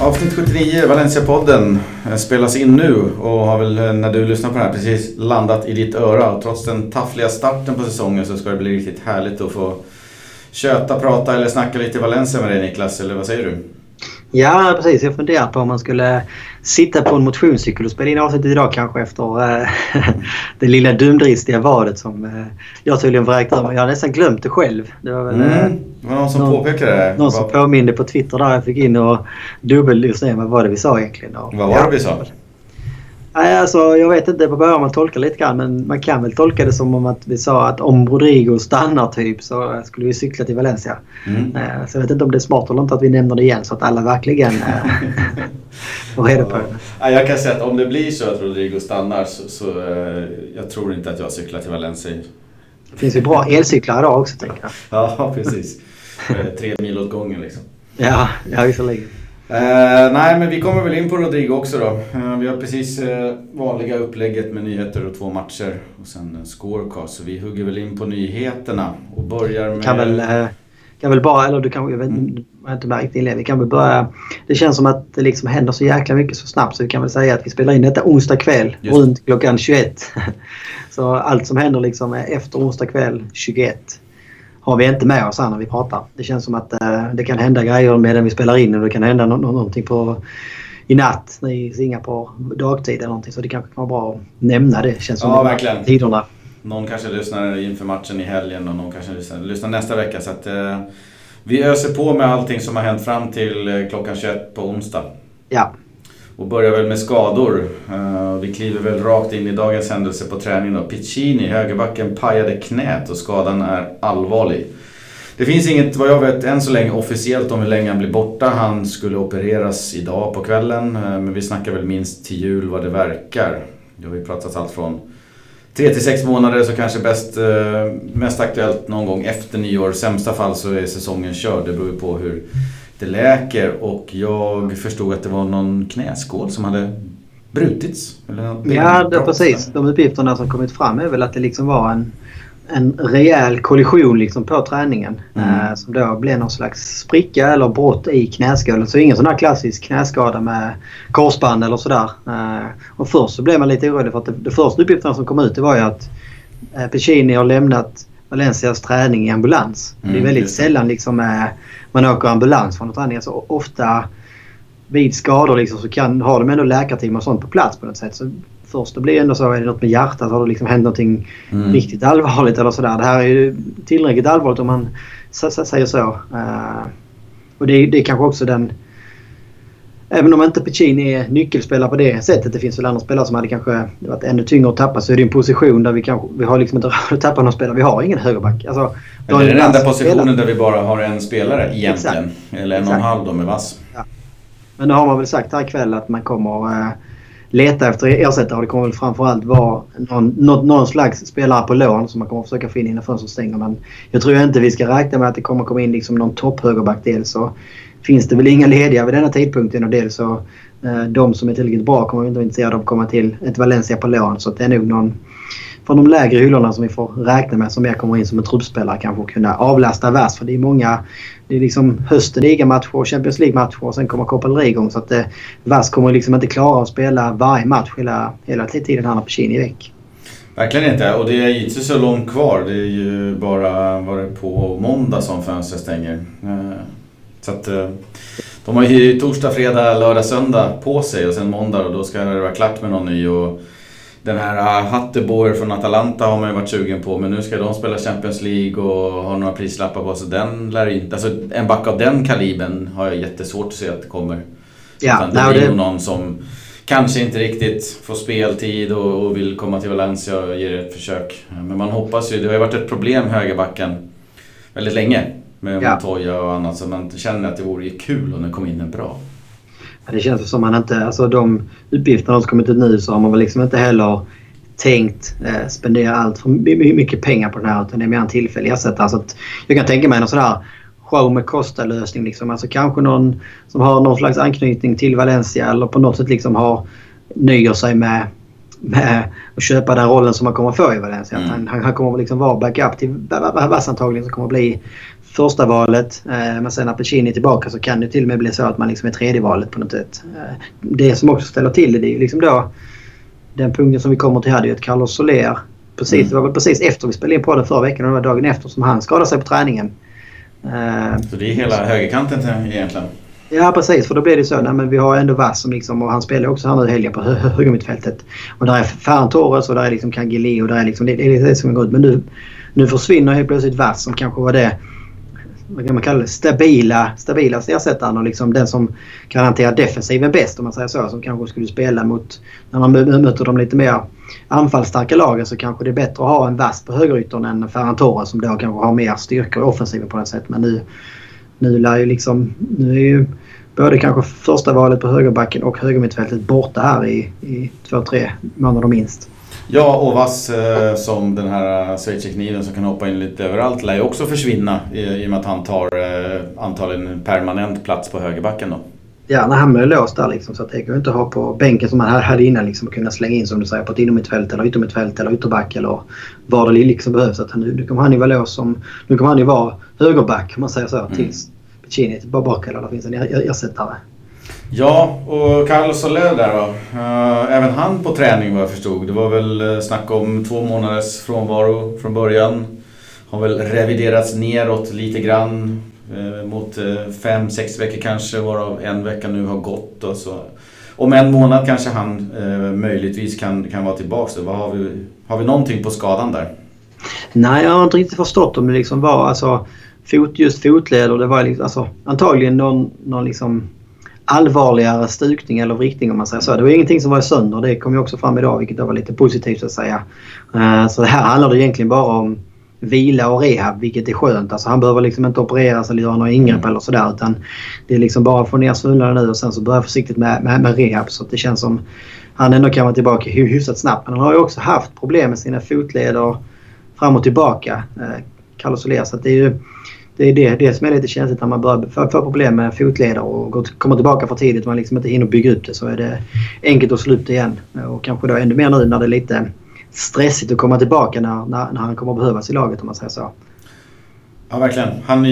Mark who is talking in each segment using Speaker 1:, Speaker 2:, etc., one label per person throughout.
Speaker 1: Avsnitt 79, Valencia-podden, spelas in nu och har väl när du lyssnar på det här precis landat i ditt öra. Och trots den taffliga starten på säsongen så ska det bli riktigt härligt att få köta, prata eller snacka lite Valencia med dig, Niklas, eller vad säger du?
Speaker 2: Ja, precis. Jag funderar på om man skulle sitta på en motionscykel och spela in avsnitt idag kanske efter det lilla dumdristiga vadet som jag tydligen vräkte över. Jag har nästan glömt det själv. Det var väl
Speaker 1: det var någon som påpekade det.
Speaker 2: Någon som påminde på Twitter där jag fick in och dubbellyssna vad var det vi sa egentligen. Och,
Speaker 1: vad var det vi sa?
Speaker 2: Nej, alltså, jag vet inte på början man tolkar lite grann, men man kan väl tolka det som om att vi sa att om Rodrigo stannar typ så skulle vi cykla till Valencia. Så jag vet inte om det är smart eller inte att vi nämner det igen så att alla verkligen får reda på det.
Speaker 1: Ja, jag kan säga att om det blir så att Rodrigo stannar så jag tror inte att jag cyklar till Valencia.
Speaker 2: Det finns ju bra elcyklar idag också, tänker jag.
Speaker 1: Ja, precis. 3 mil åt gången liksom.
Speaker 2: Ja, visserligen.
Speaker 1: Nej, men vi kommer väl in på Rodrigo också då. Vi har precis vanliga upplägget med nyheter och 2 matcher och sen scorecast. Så vi hugger väl in på nyheterna och börjar med...
Speaker 2: Kan väl bara, eller du kan, jag vet inte märkt inled. Vi kan väl börja, det känns som att det liksom händer så jäkla mycket så snabbt så vi kan väl säga att vi spelar in detta onsdag kväll runt klockan 21. Så allt som händer liksom efter onsdag kväll 21 har vi inte med oss när vi pratar. Det känns som att det kan hända grejer medan vi spelar in och det kan hända någonting i natt i Singapore dagtid eller någonting. Så det kanske kan vara bra att nämna det. Känns som
Speaker 1: ja, verkligen.
Speaker 2: Tiderna.
Speaker 1: Någon kanske lyssnar inför matchen i helgen och någon kanske lyssnar nästa vecka. Så att vi öser på med allting som har hänt fram till klockan 21 på onsdag.
Speaker 2: Ja.
Speaker 1: Och börjar väl med skador. Vi kliver väl rakt in i dagens händelse på träningen då. Piccini, högerbacken, pajade knät och skadan är allvarlig. Det finns inget, vad jag vet, än så länge officiellt om hur länge han blir borta. Han skulle opereras idag på kvällen. Men vi snackar väl minst till jul vad det verkar. Det har vi pratat allt från 3 till 6 månader, så kanske mest aktuellt någon gång efter nyår. I sämsta fall så är säsongen körd. Det beror på hur det läker, och jag förstod att det var någon knäskål som hade brutits.
Speaker 2: Ja, det precis. De uppgifterna som kommit fram är väl att det liksom var en rejäl kollision liksom på träningen. Som då blev någon slags spricka eller brott i knäskålen. Så ingen sån här klassisk knäskada med korsband eller sådär. Och först så blev man lite orolig för att det första uppgifterna som kom ut det var ju att Piccini har lämnat Valencias träning i ambulans. Det är väldigt sällan liksom man åker ambulans från en träning. Så ofta vid skador liksom, så har de ändå läkarteam och sånt på plats på något sätt. Så först det blir ändå så, är det något med hjärtat, har det liksom hänt någonting riktigt allvarligt eller sådär. Det här är ju tillräckligt allvarligt om man säger så. Och det är kanske också även om inte Piccini är nyckelspelare på det sättet, det finns väl andra spelare som hade kanske varit ännu tyngre att tappa, så är det en position där vi har liksom inte råd att tappa någon spelare. Vi har ingen högerback. Alltså,
Speaker 1: det är den enda positionen där vi bara har en spelare egentligen. Exakt. Eller 1,5 då med vass.
Speaker 2: Ja. Men då har man väl sagt här ikväll att man kommer leta efter ersättare, och det kommer väl framförallt vara någon slags spelare på lån som man kommer försöka få in innan fönstret stänger. Men jag tror inte vi ska räkna med att det kommer komma in liksom någon topphögerback. Dels så finns det väl inga lediga vid denna tidpunkten, och dels så de som är tillräckligt bra kommer inte vara intresserade av att komma till ett Valencia på lån. Så det är nog någon från de lägre hyllorna som vi får räkna med som mer kommer in som en truppspelare, kanske kunna avlasta Vass. För det är många, det är liksom hösten ligamatcher och Champions League-matcher och sen kommer Copa del Rey igång, så att Vass kommer liksom inte klara att spela varje match hela tiden han har Piccini i veck.
Speaker 1: Verkligen inte, och det är inte så långt kvar. Det är ju bara på måndag som fönstret stänger. Så att de har ju torsdag, fredag, lördag, söndag på sig, och sen måndag och då ska det vara klart med någon ny. Och den här Hatteboer från Atalanta har man ju varit sugen på, men nu ska de spela Champions League och ha några prislappar på, så den lär inte, alltså en back av den kalibern har jag jättesvårt att se att det kommer. Ja, det blir någon som kanske inte riktigt får speltid och vill komma till Valencia och ge ett försök. Men man hoppas ju, det har ju varit ett problem högerbacken väldigt länge med Montoya och annat, så man känner att det vore kul om det kom in en bra.
Speaker 2: Det känns som man inte, alltså de uppgifterna som kommit ut nu, så har man väl liksom inte heller tänkt spendera allt för mycket pengar på den här, utan det är mer en tillfällig ersättare. Så att jag kan tänka mig en sån här show med Costa-lösning liksom. Alltså kanske någon som har någon slags anknytning till Valencia eller på något sätt liksom nöjer sig med att köpa den rollen som man kommer få i Valencia. Han kommer liksom vara backup till Vass antagligen, som kommer bli första valet. Men sen när Piccini är tillbaka så kan det till och med bli så att man liksom är tredje valet på något sätt. Det som också ställer till det är ju liksom då den punkten som vi kommer till här, det är att Carlos Soler precis, det var väl precis efter vi spelade in på det förra veckan och det var dagen efter som han skadade sig på träningen.
Speaker 1: Så det är hela högerkanten egentligen?
Speaker 2: Ja, precis. För då blir det så. Nej, men vi har ändå Vass som liksom, och han spelar också här nu helgen på högermittfältet. Och där är Ferran Torres och där är liksom Kangeli och där är liksom, det är det som går ut. Men nu försvinner helt plötsligt Vass som kanske var det, vad kan man kalla det, stabilaste ersättaren och liksom den som kan hantera defensiven bäst om man säger så. Som kanske skulle spela mot, när man möter de lite mer anfallsstarka lagen så kanske det är bättre att ha en Vass på högeryttern än Ferran Torres som då kanske har mer styrka i offensiven på något sätt. Men nu är ju både kanske första valet på högerbacken och högermittfältet borta här i 2-3 månader minst.
Speaker 1: Ja, och Vass som den här schweizerkniven som kan hoppa in lite överallt lär ju också försvinna i och med att han tar antagligen permanent plats på högerbacken då.
Speaker 2: Ja, när han är låst där liksom, så att det går inte att ha på bänken som han hade innan liksom, att kunna slänga in som du säger på ett inommittfält eller yttermittfält eller ytterback eller vad det liksom behövs. Att nu kommer han ju vara låst nu kommer han ju vara högerback om man säger så tills Piccini är tillbaka eller det finns en ersättare.
Speaker 1: Ja, och Carlos Soler där då. Även han på träning vad jag förstod. Det var väl snack om 2 månaders frånvaro från början. Har väl reviderats neråt lite grann mot 5-6 veckor kanske, varav en vecka nu har gått. Och så. Om en månad kanske han möjligtvis kan vara tillbaka. Så har vi någonting på skadan där?
Speaker 2: Nej, jag har inte riktigt förstått om det liksom var alltså, fotled och det var liksom, alltså, antagligen någon liksom allvarligare stukning eller vrickning om man säger så. Det var ingenting som var sönder. Det kom ju också fram idag vilket var lite positivt att säga. Så det här handlar det egentligen bara om vila och rehab vilket är skönt. Alltså han behöver liksom inte opereras eller göra några ingrepp eller sådär utan det är liksom bara att få ner svullarna nu och sen så börja försiktigt med rehab så att det känns som han ändå kan vara tillbaka hyfsat snabbt. Men han har ju också haft problem med sina fotleder fram och tillbaka. Carlos Soler, så att det är ju det som är lite känsligt när man börjar få problem med fotleder och kommer tillbaka för tidigt och man liksom inte hinner bygga upp det så är det enkelt att sluta igen. Och kanske då ännu mer nu när det är lite stressigt att komma tillbaka när han kommer att behövas i laget om man säger så.
Speaker 1: Ja, verkligen. Han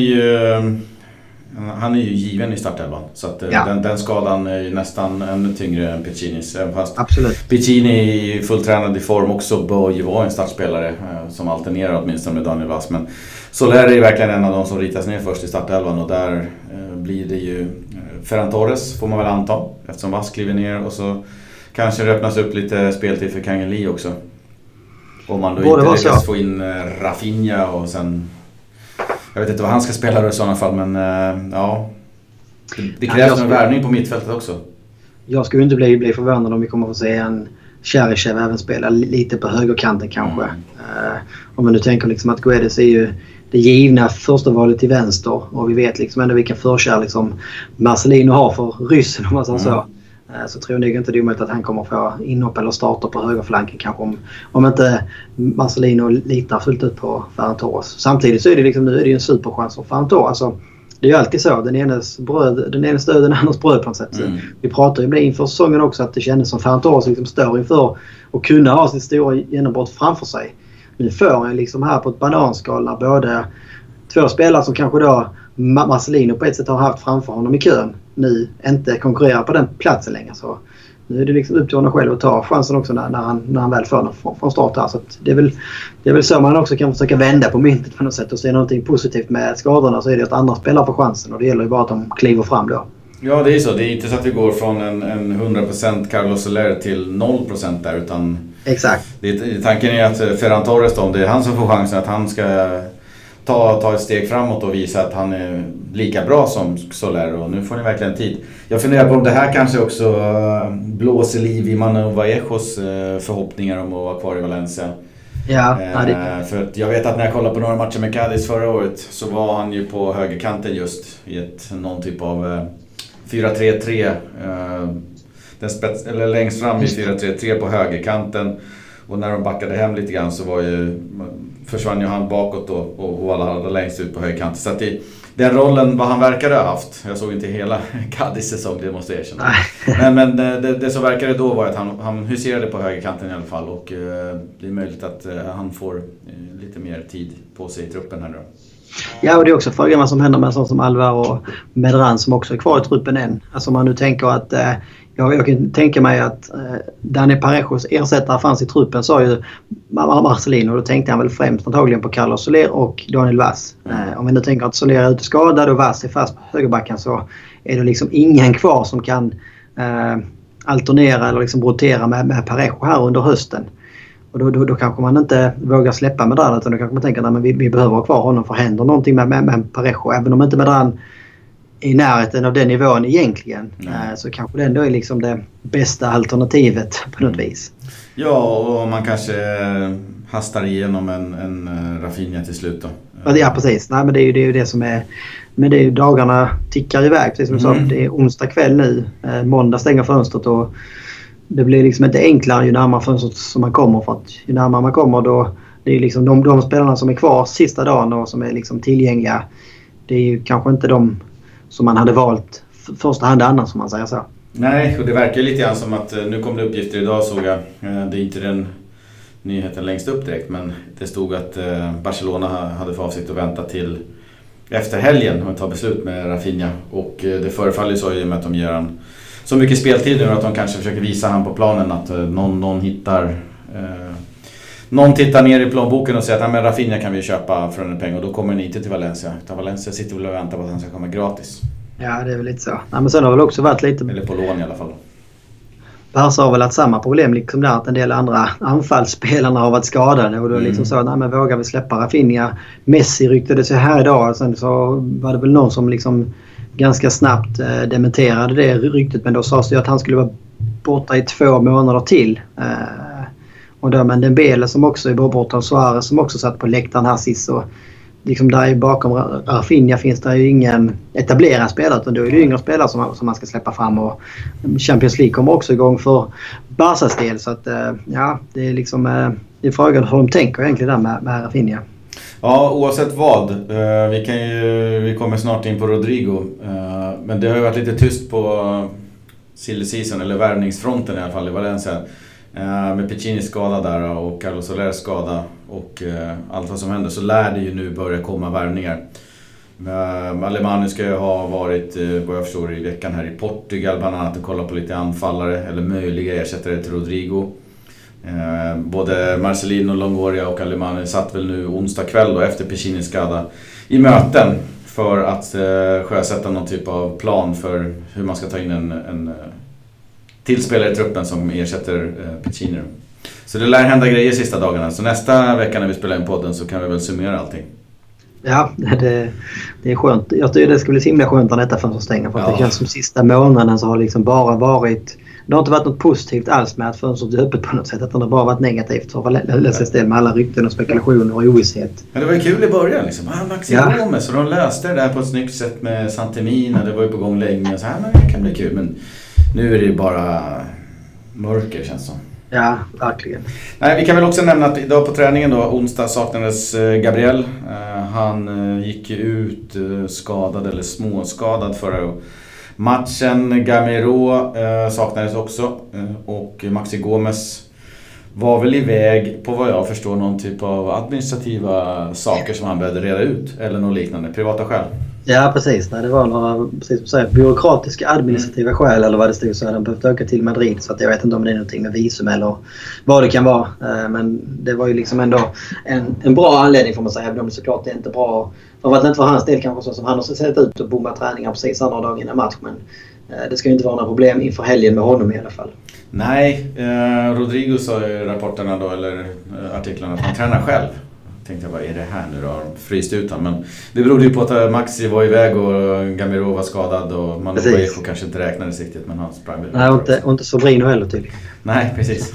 Speaker 1: är ju given i startelvan så att den skadan är ju nästan ännu tyngre än Piccinis. Fast
Speaker 2: absolut.
Speaker 1: Piccini är fulltränad i form också bör ju vara en startspelare som alternerar åtminstone med Daniel Vass. Men Soler är verkligen en av de som ritas ner först i startelvan och där blir det ju Ferran Torres får man väl anta eftersom Vass kliver ner och så kanske det öppnas upp lite speltid för Kangeli också. Om man då inte lyckas få in Rafinha och sen jag vet inte vad han ska spela då i sådana fall men ja det krävs en värvning på mittfältet också. Jag
Speaker 2: skulle inte bli förvånad om vi kommer att få se en Cheryshev även spela lite på högerkanten kanske. Om man nu tänker liksom att Guedes är ju det givna första valet till vänster och vi vet liksom ändå vilken förkärlek som Marcelino har för ryssen om man säger så. Så tror jag inte det är omöjligt att han kommer få inhopp eller starter på högerflanken kanske om inte Marcelino litar fullt ut på Ferran Torres. Samtidigt så är det liksom, nu är det ju en superchans för Ferran Torres. Alltså, det är ju alltid så, den enes död, den andras bröd på något sätt. Vi pratade ju om det inför säsongen också att det kändes som Ferran Torres liksom står inför och kunna ha sitt stora genombrott framför sig. Nu får han liksom här på ett bananskal när både två spelare som kanske då Marcelino på ett sätt har haft framför honom i kön nu inte konkurrerar på den platsen längre. Så nu är det liksom upp till honom själv att ta chansen också när han väl får den från start här. Så att det är väl så man också kan försöka vända på myntet på något sätt och se någonting positivt med skadorna så är det att andra spelar för chansen och det gäller ju bara att de kliver fram då.
Speaker 1: Ja, det är så. Det är inte så att vi går från en 100% Carlos Soler till 0% där utan
Speaker 2: exakt.
Speaker 1: Tanken är att Ferran Torres då, om det är han som får chansen att han ska ta ett steg framåt och visa att han är lika bra som Soler och nu får ni verkligen tid. Jag funderar på om det här kanske också blåser liv i Manu Vallejos förhoppningar om att vara kvar i Valencia.
Speaker 2: Ja,
Speaker 1: för att jag vet att när jag kollade på några matcher med Cadiz förra året så var han ju på högerkanten just i någon typ av 4-3-3 eller längst fram i 4-3-3 på högerkanten och när de backade hem lite grann så försvann ju han bakåt och alla längst ut på högerkanten så att den rollen vad han verkade ha haft, jag såg inte hela Cadiz säsong, det måste jag erkänna. Men det som verkade då var att han huserade på högerkanten i alla fall och det är möjligt att han får lite mer tid på sig i truppen här då.
Speaker 2: Ja, och det är också frågan vad som händer med en sån som Alvaro Medran som också är kvar i truppen än. Alltså om man nu tänker att jag kan tänka mig att Dani Parejos ersättare fanns i truppen, sa ju Marcelino, och då tänkte han väl främst antagligen på Carlos Soler och Daniel Vaz. Om vi nu tänker att Soler är ute skadad och Vaz är fast på högerbacken, så är det liksom ingen kvar som kan alternera eller liksom rotera med Parejo här under hösten. Och då kanske man inte vågar släppa Medran, utan då kanske man tänker att vi behöver ha kvar honom för händer någonting med Parejo. Även om inte Medran är i närheten av den nivån egentligen, så kanske det ändå är liksom det bästa alternativet på något vis.
Speaker 1: Ja, och man kanske hastar igenom en Rafinha till slut då.
Speaker 2: Ja, precis. Nej, men det är ju det som är... Men det är ju, dagarna tickar iväg, precis som du sa. Det är onsdag kväll nu. Måndag stänger fönstret och det blir liksom inte enklare ju närmare fönstret som man kommer. För att ju närmare man kommer då... Det är liksom de spelarna som är kvar sista dagen och som är liksom tillgängliga. Det är ju kanske inte de som man hade valt första hand annars, som man säger så.
Speaker 1: Nej, och det verkar lite grann som att nu kom det uppgifter idag, såg jag. Det är inte den nyheten längst upp direkt, men det stod att Barcelona hade för avsikt att vänta till efter helgen och ta beslut med Rafinha. Och det förefaller så i och med att de ger han så mycket speltid nu att de kanske försöker visa han på planen att någon hittar... Någon tittar ner i plånboken och säger att men Rafinha kan vi köpa för en peng, och då kommer ni inte till Valencia. Utan Valencia sitter väl och väntar på att han ska komma gratis.
Speaker 2: Ja, det är väl lite så. Nej, men sen har väl också varit lite...
Speaker 1: Eller på lån i alla fall.
Speaker 2: Barca har väl haft samma problem liksom där, att en del andra anfallsspelarna har varit skadade. Och då liksom så, nej men vågar vi släppa Rafinha? Messi ryktade sig här idag. Och sen så var det väl någon som liksom ganska snabbt dementerade det ryktet. Men då sades det ju att han skulle vara borta i 2 månader till. Och då, men Dembele som också är borta, och Suarez som också satt på läktaren här sist. Så liksom där bakom Rafinha finns det ju ingen etablerad spelare, utan då är det yngre spelare som man ska släppa fram, och Champions League kommer också igång för Barças del, så att ja, det är liksom det är frågan hur de tänker egentligen där med Rafinha.
Speaker 1: Ja, oavsett vad. Vi kommer snart in på Rodrigo, men det har ju varit lite tyst på silly season, eller värvningsfronten i alla fall i Valencia. Med Piccini skada där och Carlos Soler skada och allt vad som händer, så lär det ju nu börja komma värvningar. Alemani ska ju ha varit, vad jag förstår, i veckan här i Portugal bland annat och kolla på lite anfallare eller möjliga ersättare till Rodrigo. Både Marcelino, Longoria och Alemani satt väl nu onsdag kväll då, efter Piccini skada, i möten för att sjösätta någon typ av plan för hur man ska ta in en tillspelare i truppen som ersätter Piccini. Så det lär hända grejer sista dagarna. Så nästa vecka när vi spelar in podden så kan vi väl summera allting.
Speaker 2: Ja, det är skönt. Jag tycker det skulle bli så himla skönt när detta fönster stänger. För att det känns som sista månaden så har liksom bara varit... Det har inte varit något positivt alls med att fönstret är öppet på något sätt. Utan det har bara varit negativt för Valencias del med alla rykten och spekulationer och ovisshet.
Speaker 1: Men det var ju kul i början liksom. Maxi Gomes, och de löste det där på ett snyggt sätt med Santemina. Det var ju på gång länge. Så här, men det kan bli kul. Men nu är det ju bara mörker, känns som.
Speaker 2: Ja, verkligen.
Speaker 1: Nej, vi kan väl också nämna att idag på träningen då, onsdag, saknades Gabriel. Han gick ju ut skadad eller småskadad förra matchen. Gamero saknades också. Och Maxi Gomes var väl iväg på vad jag förstår någon typ av administrativa saker som han behövde reda ut. Eller något liknande, privata skäl.
Speaker 2: Ja, precis. Nej, det var några, precis som säger, byråkratiska administrativa skäl eller vad det stod, så hade de behövt åka till Madrid. Så att jag vet inte om det är någonting med visum eller vad det kan vara. Men det var ju liksom ändå en bra anledning, får man säga. Även om det såklart är inte bra. Framförallt inte för hans del kanske, så som han har sett ut och bommat träningar precis andra dagen innan match. Men det ska ju inte vara några problem inför helgen med honom i alla fall.
Speaker 1: Nej, Rodrigo sa i rapporterna då, eller artiklarna, att han tränar själv. Tänkte jag, vad är det här nu då? Fryst utan. Men det berodde ju på att Maxi var iväg och Gamero var skadad och Manu Guejo kanske inte räknade riktigt, men han sprang väl.
Speaker 2: Nej, och inte Sobrino heller tydligen.
Speaker 1: Nej, precis.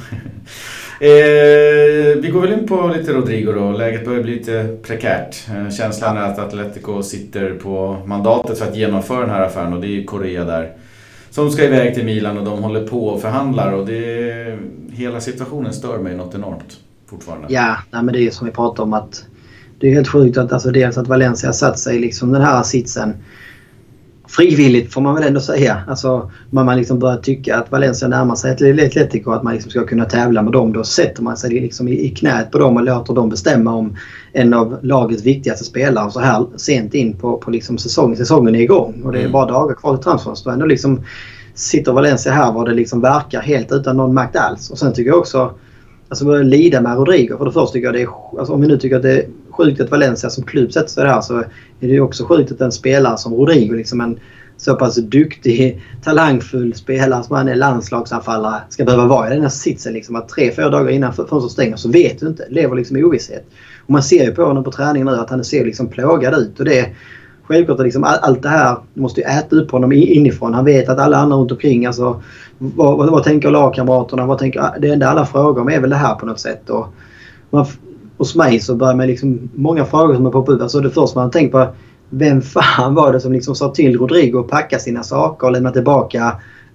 Speaker 1: Vi går väl in på lite Rodrigo då. Läget börjar bli lite prekärt. Känslan är att Atletico sitter på mandatet för att genomföra den här affären, och det är Korea där som ska iväg till Milan, och de håller på och förhandlar, och hela situationen stör mig något enormt fortfarande.
Speaker 2: Ja, nej, men det är ju som vi pratar om, att det är helt sjukt att alltså dels att Valencia har satt sig liksom den här sitsen frivilligt får man väl ändå säga. Alltså man liksom börjar tycka att Valencia närmar sig ett Atletico, att man liksom ska kunna tävla med dem. Då sätter man sig liksom i knät på dem och låter dem bestämma om en av lagets viktigaste spelare så här sent in på liksom säsongen är igång. Och det är bara dagar kvar till transfönstret. Ändå liksom sitter Valencia här var det liksom verkar helt utan någon makt alls. Och sen tycker jag också alltså börja lida med Rodrigo. För det första tycker jag det är, alltså om vi nu tycker att det är sjukt att Valencia som klubb sätter sig där, så är det ju också sjukt att en spelare som Rodrigo, liksom en så pass duktig, talangfull spelare som han är landslagsanfallare, ska behöva vara i den här sitsen liksom, att 3-4 dagar innan fönstret stänger så vet du inte, lever liksom i ovisshet. Och man ser ju på honom på träningen nu att han ser liksom plågad ut, och det är självklart att liksom allt det här måste ju äta upp honom inifrån. Han vet att alla andra runt omkring, alltså, vad tänker lagkamraterna, vad tänker, det enda alla frågar om är väl det här på något sätt. Och hos mig så börjar man liksom många frågor som har poppat upp. Alltså det första man tänker på, vem fan var det som liksom sa till Rodrigo att packa sina saker och lämna tillbaka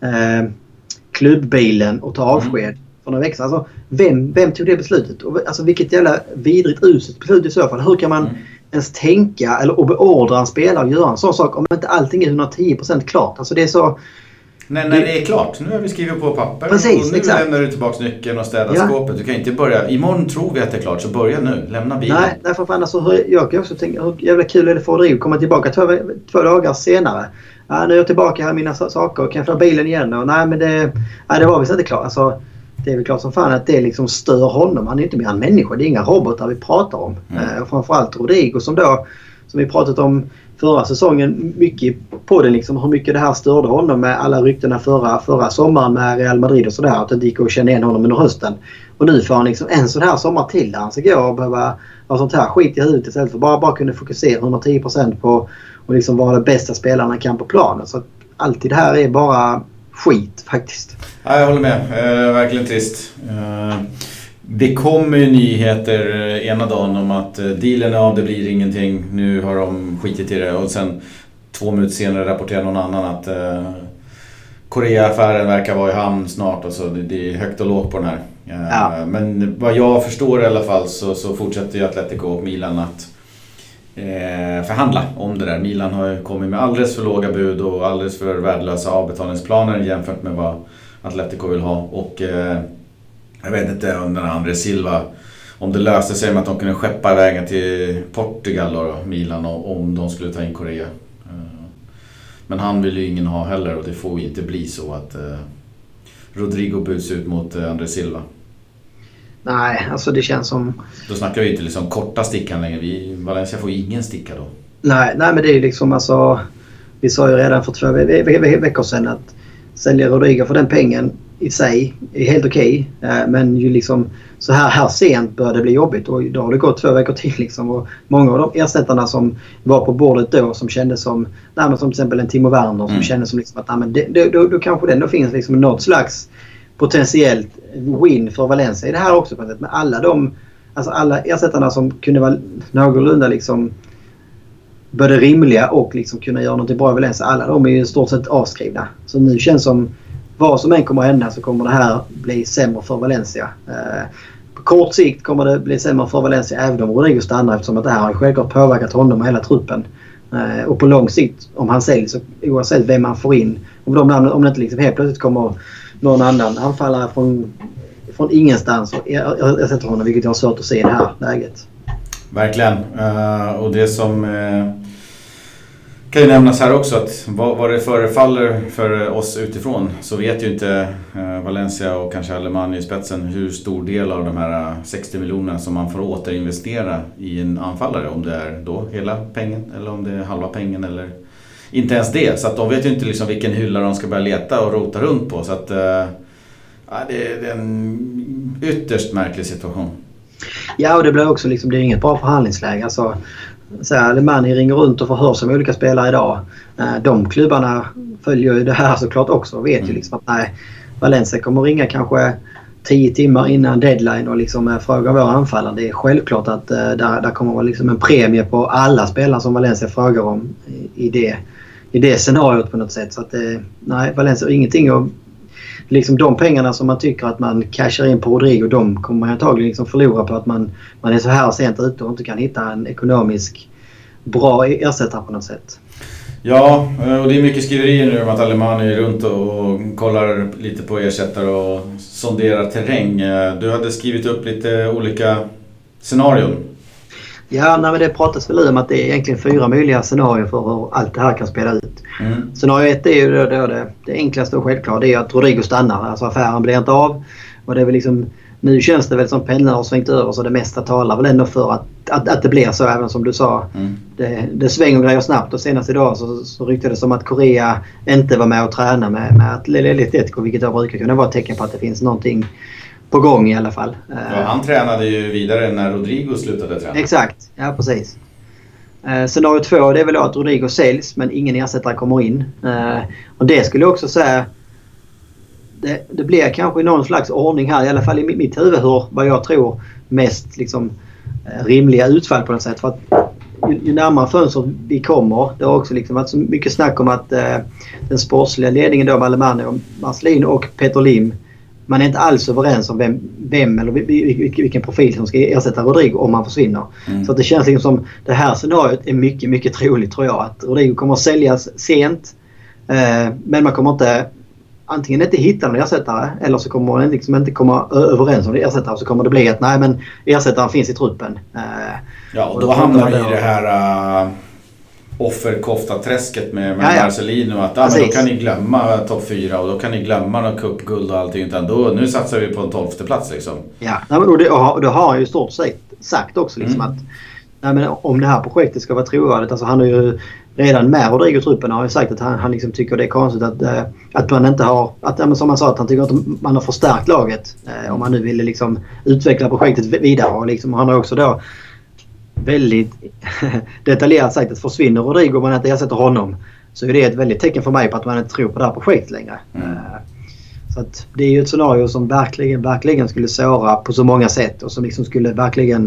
Speaker 2: klubbbilen och ta avsked för några veckor. Alltså vem tog det beslutet? Och, alltså vilket jävla vidrigt uselt beslut i så fall. Hur kan man ens tänka eller beordra en spelare att göra en sån sak om inte allting är 110% klart? Alltså det är så...
Speaker 1: När det är klart. Nu har vi skrivit på papper.
Speaker 2: Precis,
Speaker 1: och nu
Speaker 2: exakt.
Speaker 1: lämnar du tillbaka nyckeln och städar skåpet. Du kan inte börja. Imorgon tror vi att det är klart, så börja nu. Lämna bilen.
Speaker 2: Nej, därför fan alltså, jag kan också tänka hur jävla kul är det för Rodrigo att komma tillbaka två dagar senare. Ja, nu är jag tillbaka här mina saker. Kan jag få bilen igen? Och, nej, men det var visst inte klart. Alltså, det är väl klart som fan att det liksom stör honom. Han är inte mer en människa. Det är inga robotar vi pratar om. Och framförallt Rodrigo som vi pratat om förra säsongen mycket på den liksom, hur mycket det här störde honom med alla ryktena förra sommaren med Real Madrid och sådär, att det gick att känna igen honom under hösten. Och nu får han liksom en sån här sommar till där han ska gå och behöva ha sånt här skit i huvudet istället för bara kunna fokusera 110% på och liksom vara det bästa spelarna kan på planen. Så att alltid det här är bara skit faktiskt.
Speaker 1: Ja, jag håller med. Verkligen trist. Det kommer ju nyheter ena dagen om att dealen är av, det blir ingenting. Nu har de skitit i det. Och sen 2 minuter senare rapporterar någon annan att Korea-affären verkar vara i hamn snart. Och så det är högt och lågt på den här. Men vad jag förstår i alla fall så fortsätter ju Atletico och Milan att förhandla om det där. Milan har ju kommit med alldeles för låga bud och alldeles för värdelösa avbetalningsplaner jämfört med vad Atletico vill ha. Och jag vet inte om den andra Silva, om det löste sig med att de kunde skeppa vägen till Portugal och Milan om de skulle ta in Korea. Men han vill ju ingen ha heller, och det får ju inte bli så att Rodrigo buds ut mot André Silva.
Speaker 2: Nej, alltså det känns som...
Speaker 1: Då snackar vi inte liksom korta stickan längre. Valencia får ju ingen sticka då.
Speaker 2: Nej, men det är ju liksom alltså... Vi sa ju redan för 2 veckor sedan att sälja Rodrigo för den pengen i sig är helt okej. Men ju liksom så här sent bör det bli jobbigt, och då har det gått 2 veckor till liksom. Och många av de ersättarna som var på bordet då som kändes som, som till exempel en Timo Werner som kändes som liksom att då kanske det ändå finns liksom något slags potentiellt win för Valencia i det här också. Men alla ersättarna som kunde vara någorlunda liksom både rimliga och liksom kunna göra något bra i Valencia, alla de är ju i stort sett avskrivna. Så nu känns som vad som än kommer att hända så kommer det här bli sämre för Valencia. På kort sikt kommer det bli sämre för Valencia även om Rodrigo stannar, eftersom att det här har självklart påverkat honom och hela truppen. Och på lång sikt, om han säljs, så oavsett vem man får in, om det inte liksom helt plötsligt kommer någon annan anfallare från ingenstans och ersätter honom, vilket jag har svårt att se i det här läget.
Speaker 1: Verkligen. Och det som kan ju nämnas här också, att vad det förefaller för oss utifrån, så vet ju inte Valencia och kanske Alemany i spetsen hur stor del av de här 60 miljonerna som man får återinvestera i en anfallare, om det är då hela pengen eller om det är halva pengen eller inte ens det. Så att de vet ju inte liksom vilken hylla de ska börja leta och rota runt på. Så att det är en ytterst märklig situation. Ja,
Speaker 2: och det blir också liksom, det är inget bra förhandlingsläge. Alltså, Alemany ringer runt och förhör sig med olika spelare idag. De klubbarna följer ju det här såklart också och vet ju liksom att Valencia kommer ringa kanske 10 timmar innan deadline och liksom fråga våra anfallare. Det är självklart att där kommer vara liksom en premie på alla spelare som Valencia frågar om i det scenariot på något sätt. Så att Valencia har ingenting och liksom de pengarna som man tycker att man cashar in på Rodrigo, de kommer man antagligen liksom förlora på att man är så här sent ute och inte kan hitta en ekonomisk bra ersättare på något sätt.
Speaker 1: Ja, och det är mycket skriverier nu om att Alemani är runt och kollar lite på ersättare och sonderar terräng. Du hade skrivit upp lite olika scenarion.
Speaker 2: Ja, men det pratas väl om att det är egentligen 4 möjliga scenarier för hur allt det här kan spela ut. Scenario 1 är ju det enklaste och självklara. Det är att Rodrigo stannar. Alltså affären blir inte av. Och det är väl liksom, nu känns det väl som pendeln har svängt över, så det mesta talar väl ändå för att det blir så, även som du sa. Det svänger grejer snabbt, och senast idag så ryktades det som att Korea inte var med och träna med Atletico, vilket då brukar kunna vara ett tecken på att det finns någonting på gång i alla fall.
Speaker 1: Ja, han tränade ju vidare när Rodrigo slutade träna.
Speaker 2: Exakt, ja precis. Scenario 2, det är väl att Rodrigo säljs men ingen ersättare kommer in. Och det skulle jag också säga, det blir kanske någon slags ordning här, i alla fall i mitt huvud, vad jag tror mest liksom, rimliga utfall på något sätt. För att ju närmare fönster vi kommer, det har också liksom varit så mycket snack om att den sportsliga ledningen då med Alemani och Marcelin och Peter Lim, man är inte alls överens om vem eller vilken profil som ska ersätta Rodrigo om han försvinner. Så att det känns liksom som det här scenariot är mycket, mycket troligt, tror jag. Att Rodrigo kommer att säljas sent, men man kommer inte antingen inte hitta någon ersättare, eller så kommer man liksom inte komma överens om det ersättare, så kommer det bli att nej, men ersättaren finns i truppen.
Speaker 1: Ja, och då hamnar vi i det här offerkofta-träsket med Marcelino, att men då kan ni glömma topp 4 och då kan ni glömma någon cupguld och allting, utan då, nu satsar vi på en 12:e plats liksom.
Speaker 2: Ja, och det har han ju stort sagt också liksom, att nej, men om det här projektet ska vara trovärdigt, alltså han har ju redan med Rodrigo-truppen har ju sagt att han liksom tycker det är konstigt att man inte har, att som han sa, att han tycker att man har förstärkt laget om man nu ville liksom utveckla projektet vidare, och liksom han har också då väldigt detaljerat sagt att försvinner Rodrigo och man inte ersätter honom, så är det ett väldigt tecken för mig på att man inte tror på det här projektet längre. Så att det är ju ett scenario som verkligen skulle såra på så många sätt, och som liksom skulle verkligen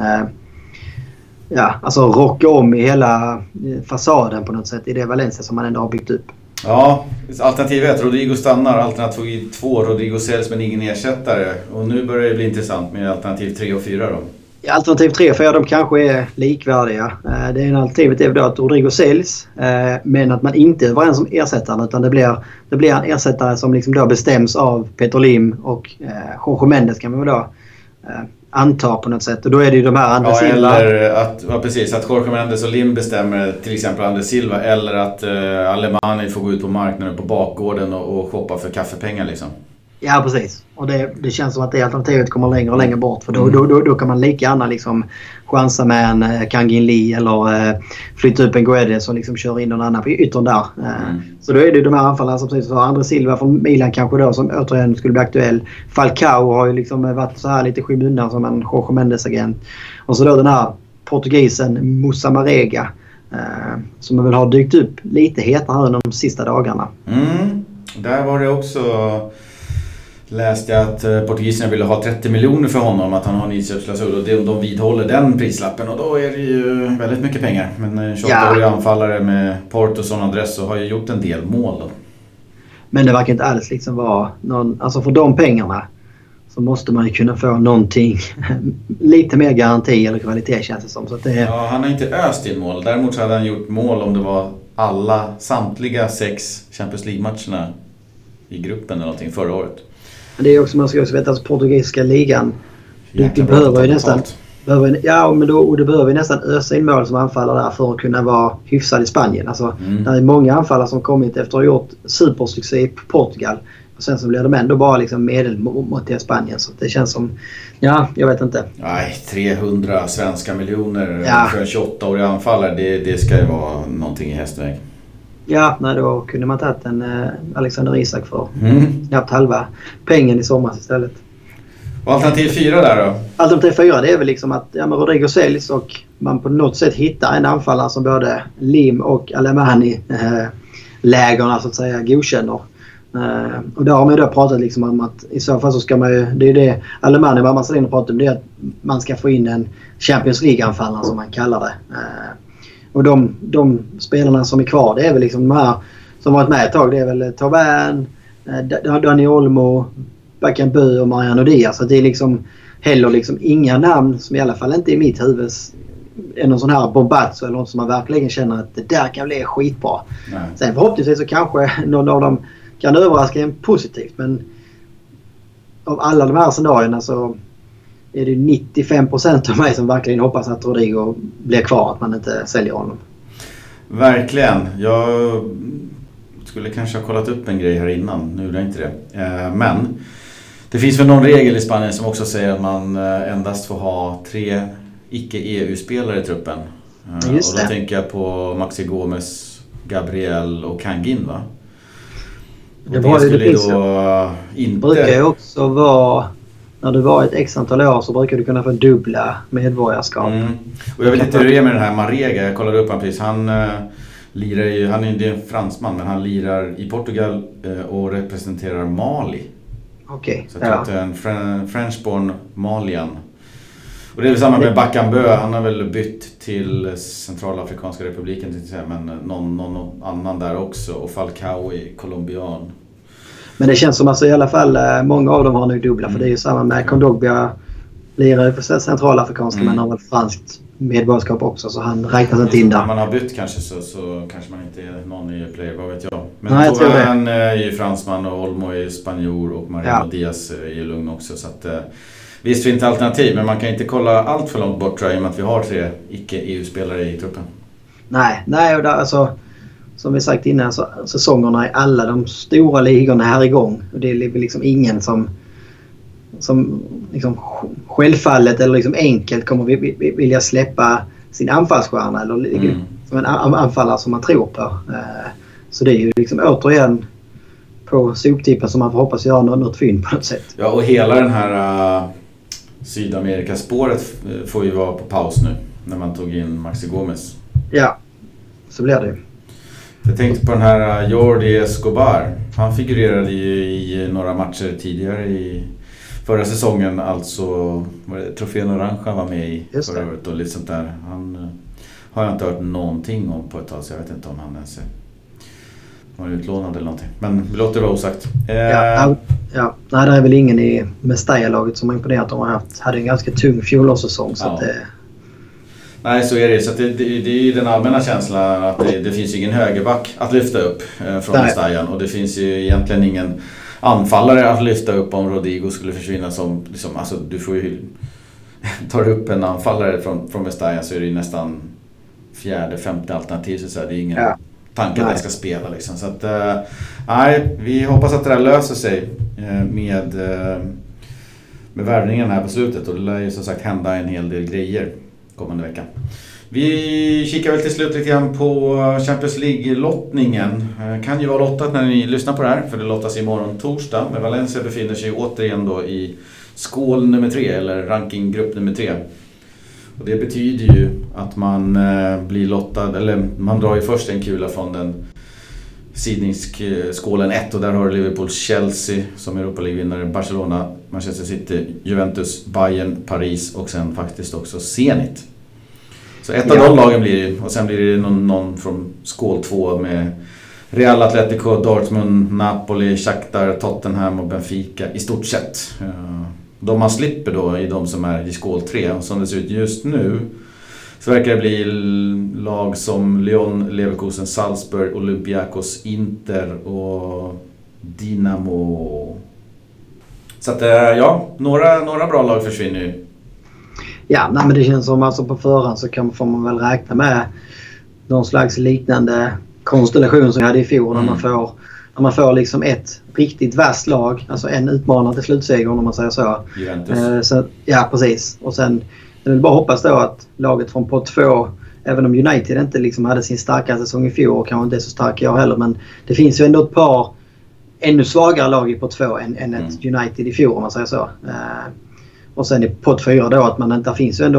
Speaker 2: alltså rocka om i hela fasaden på något sätt i det Valencia som man ändå har byggt upp. Ja,
Speaker 1: alternativ 1, Rodrigo stannar. Alternativ 2, Rodrigo säljs men ingen ersättare. Och nu börjar det bli intressant med alternativ 3 och 4 då.
Speaker 2: Alternativ 3 och 4, de kanske är likvärdiga. Det ena alternativet är då att Rodrigo säljs, men att man inte är överens om ersättaren, utan det blir en ersättare som liksom då bestäms av Peter Lim och Jorge Mendes, kan man väl då anta på något sätt. Och då är det ju de här André Silva.
Speaker 1: Eller att Jorge Mendes och Lim bestämmer till exempel André Silva, eller att Alemani får gå ut på marknaden på bakgården och shoppa för kaffepengar liksom.
Speaker 2: Ja, precis. Och det känns som att det alternativet kommer längre och längre bort. För då kan man lika gärna liksom chansa med en Kangin Lee eller flytta upp en Guedes som liksom kör in någon annan på yttern där. Så då är det de här anfallarna som precis så. André Silva från Milan kanske då, som återigen skulle bli aktuell. Falcao har ju liksom varit så här lite skymundan som en Jorge Mendes-agent. Och så då den här portugisen Moussa Marega, som man väl har dykt upp lite hetare här de sista dagarna.
Speaker 1: Där var det också... Läste jag att portugiserna ville ha 30 miljoner för honom, att han har en inköpsklausul, och de vidhåller den prislappen, och då är det ju väldigt mycket pengar. Men 28-årig anfallare med Porto som adress och har ju gjort en del mål då. Men
Speaker 2: det verkar inte alls liksom vara någon, alltså för de pengarna så måste man ju kunna få någonting, lite mer garanti eller kvalitet känns det som. Så att det är...
Speaker 1: Ja, han har inte öst in mål. Däremot hade han gjort mål om det var samtliga 6 Champions League-matcherna i gruppen eller någonting förra året.
Speaker 2: Det är också, man ska också veta, att portugisiska ligan, du behöver ju nästan det behöver ju nästan ösa in mål som anfallare där för att kunna vara hyfsad i Spanien. Alltså, det är många anfallare som kommit efter att ha gjort supersuccé i Portugal, och sen så blir de ändå bara liksom medelmåttiga i Spanien, så det känns som, jag vet inte.
Speaker 1: Nej, 300 svenska miljoner för en 28-årig anfallare, det ska ju vara någonting i hästväg.
Speaker 2: Ja, då kunde man tagit en Alexander Isak för knappt halva pengen i sommar istället.
Speaker 1: Och alternativ 4 där då?
Speaker 2: Alternativ 4, det är väl liksom att Rodrigo säljs och man på något sätt hittar en anfallare som både Lim och Alemani lägerna så att säga godkänner. Och där har man ju då pratat liksom om att i så fall så ska man ju, det är det Alemani och Marcelino pratar om, det är att man ska få in en Champions League-anfallare som man kallar det. Och de spelarna som är kvar, det är väl liksom de här som varit med ett tag. Det är väl Tauvin, Dani Olmo, Bakambu och Mariano Diaz. Så det är liksom heller liksom inga namn som i alla fall inte i mitt huvud är någon sån här Bombazzo eller någon som man verkligen känner att det där kan bli skitbra. Nej. Sen förhoppningsvis så kanske någon av dem kan överraska en positivt, men av alla de här scenarierna så är det 95% av mig som verkligen hoppas att Rodrigo blir kvar, att man inte säljer honom.
Speaker 1: Verkligen. Jag skulle kanske ha kollat upp en grej här innan, nu är det inte det. Men det finns väl någon regel i Spanien som också säger att man endast får ha 3 icke-EU-spelare i truppen. Och då tänker jag på Maxi Gomez, Gabriel och Kangin, va?
Speaker 2: Det skulle då inte... brukar ju också vara, när du var ett x antal år så brukar du kunna få dubbla medborgarskap.
Speaker 1: Och jag vet inte hur det är med den här Marega, jag kollade upp han precis. Han lirar ju, han är inte en fransman, men han lirar i Portugal och representerar Mali.
Speaker 2: Okej.
Speaker 1: Så jag tror att det är en French-born Malian. Och det är väl samma med Bakambu, han har väl bytt till Centralafrikanska republiken, men någon annan där också. Och Falcao i colombian.
Speaker 2: Men det känns som alltså i alla fall många av dem har nu dubbla, för det är ju samma med Kondogbia, lirar för Centralafrikanska men har väl franskt medborgarskap också, så han räknas inte in där.
Speaker 1: När man har bytt kanske så kanske man inte är någon ny player, vad vet jag. Men jag tror han är ju fransman och Olmo är spanjor och Mariano Diaz är ju lugn också, så att visst finns det alternativ, men man kan inte kolla allt för långt bort, tror jag, i och med att vi har 3 icke-EU-spelare i truppen.
Speaker 2: Nej, och där, alltså, som vi sagt innan, så säsongerna i alla de stora ligorna här igång. Och det är liksom ingen som liksom självfallet eller liksom enkelt kommer vilja släppa sin anfallsstjärna eller som en anfallare som man tror på. Så det är ju liksom återigen på soptippen som man får hoppas göra något fynd på något sätt.
Speaker 1: Ja, och hela den här Sydamerikaspåret får ju vara på paus nu när man tog in Maxi Gomez.
Speaker 2: Ja, så blir det ju.
Speaker 1: Jag tänkte på den här Jordi Escobar. Han figurerade ju i några matcher tidigare i förra säsongen, alltså var det Trofén Orange var med i förra året och lite sånt där. Han har jag inte hört någonting om på ett tag, så jag vet inte om han ens var utlånad eller någonting. Men vi låter det vara osagt.
Speaker 2: Ja. Nej, det är väl ingen i Mestalla-laget som har imponerat. De hade en ganska tung fjolårssäsong. Så att
Speaker 1: nej, så är det. Så att det är ju den allmänna känslan att det finns ingen högerback att lyfta upp från Mestalla. Och det finns ju egentligen ingen anfallare att lyfta upp om Rodrigo skulle försvinna som liksom, alltså du får ju tar du upp en anfallare från Mestalla så är det ju nästan 4:e, 5:e alternativ, så det är ingen tanke att jag ska spela liksom. Så att nej, vi hoppas att det där löser sig med värvningen här på slutet, och det lär ju som sagt hända en hel del grejer kommande vecka. Vi kikar väl till slut lite grann på Champions League-lottningen. Kan ju vara lottat när ni lyssnar på det här, för det lottas imorgon torsdag. Men Valencia befinner sig återigen då i skål nummer 3, eller rankinggrupp nummer 3. Och det betyder ju att man blir lottad, eller man drar ju först en kula från den sidningsskålen 1, och där har du Liverpool, Chelsea som Europa League-vinnare, Barcelona, Manchester City, Juventus, Bayern, Paris och sen faktiskt också Zenit. Så ett av de lagen blir det, och sen blir det någon från skål 2 med Real, Atletico, Dortmund, Napoli, Shakhtar, Tottenham och Benfica i stort sett. De man slipper då i de som är i skål 3, och som det ser ut just nu så verkar det bli lag som Lyon, Leverkusen, Salzburg, Olympiakos, Inter och Dynamo. Så att några bra lag försvinner ju. Ja,
Speaker 2: men det känns som alltså på förhand så får man väl räkna med någon slags liknande konstellation som vi hade i fjol, när man får liksom ett riktigt vasst lag, alltså en utmanare till slutseger om man säger så. Så. Ja, precis. Och sen jag vill bara hoppas då att laget från pott 2, även om United inte liksom hade sin starka säsong i fjol och kanske inte är så stark jag heller, men det finns ju ändå ett par ännu svagare lag i pott 2 än ett United i fjol om man säger så. Och sen i pott 4 då att där finns ju ändå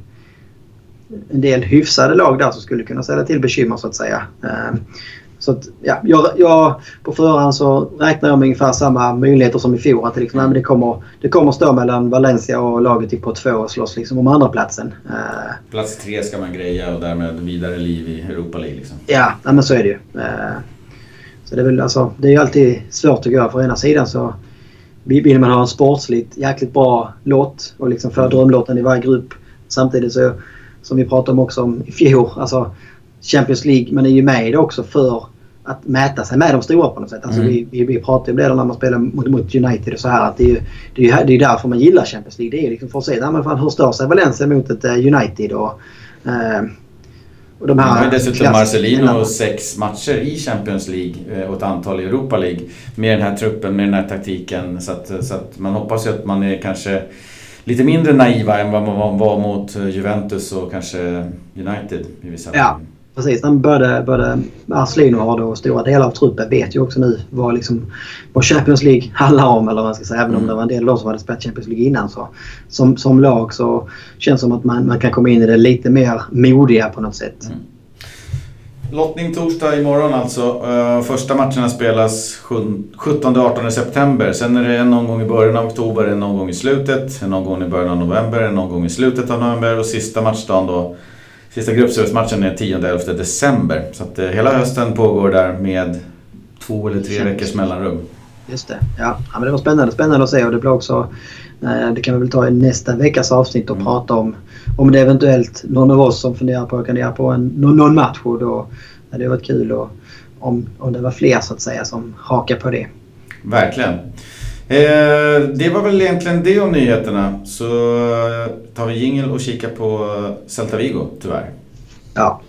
Speaker 2: en del hyfsade lag där som skulle kunna ställa till bekymmer så att säga. Så att, jag på förhand så räknar jag med ungefär samma möjligheter som i fjol. Att det kommer stå mellan Valencia och laget i pott 2 och slåss liksom om andra platsen.
Speaker 1: Plats 3 ska man greja och därmed vidare liv i Europa League liksom.
Speaker 2: Ja, men så är det ju. Så det är väl alltså, det är ju alltid svårt att göra. För ena sidan så vill man ha en sportsligt jäkligt bra låt och liksom få drömlåten i varje grupp. Samtidigt så som vi pratade om också i fjol. Alltså Champions League, man är ju med i det också för att mäta sig med de stora på något sätt. Alltså vi pratar ju om det när man spelar mot United och så här, att det är därför man gillar Champions League. Det är liksom för att se hur står sig Valencia mot ett United och de här.
Speaker 1: Man har dessutom Marcelino 6 matcher i Champions League och ett antal i Europa League med den här truppen, med den här taktiken, så att man hoppas ju att man är kanske lite mindre naiva än vad man var mot Juventus och kanske United i vissa fall.
Speaker 2: Ja, precis. De började Marcelino har då stora delar av truppen, vet ju också nu vad Champions League handlar om, eller vad man ska säga, även om det var en del då som hade spelat Champions League innan, så som lag så känns det som att man kan komma in i det lite mer modiga på något sätt.
Speaker 1: Lottning torsdag imorgon alltså. Första matcherna spelas 17-18 september. Sen är det en omgång i början av oktober, en omgång i slutet, en omgång i början av november, en omgång i slutet av november och sista matchdagen då. Sista gruppspelsmatchen är 10-11 december. Så att hela hösten pågår där med 2 eller 3 veckors mellanrum.
Speaker 2: Just det. Ja, men det var spännande att se, och det blir också, det kan vi väl ta i nästa veckas avsnitt och prata om det eventuellt någon av oss som funderar på någon match, och då hade det varit kul och om det var fler så att säga som hakar på det.
Speaker 1: Verkligen. Det var väl egentligen det om nyheterna. Så tar vi jingle och kikar på Celta Vigo, tyvärr.
Speaker 2: Ja.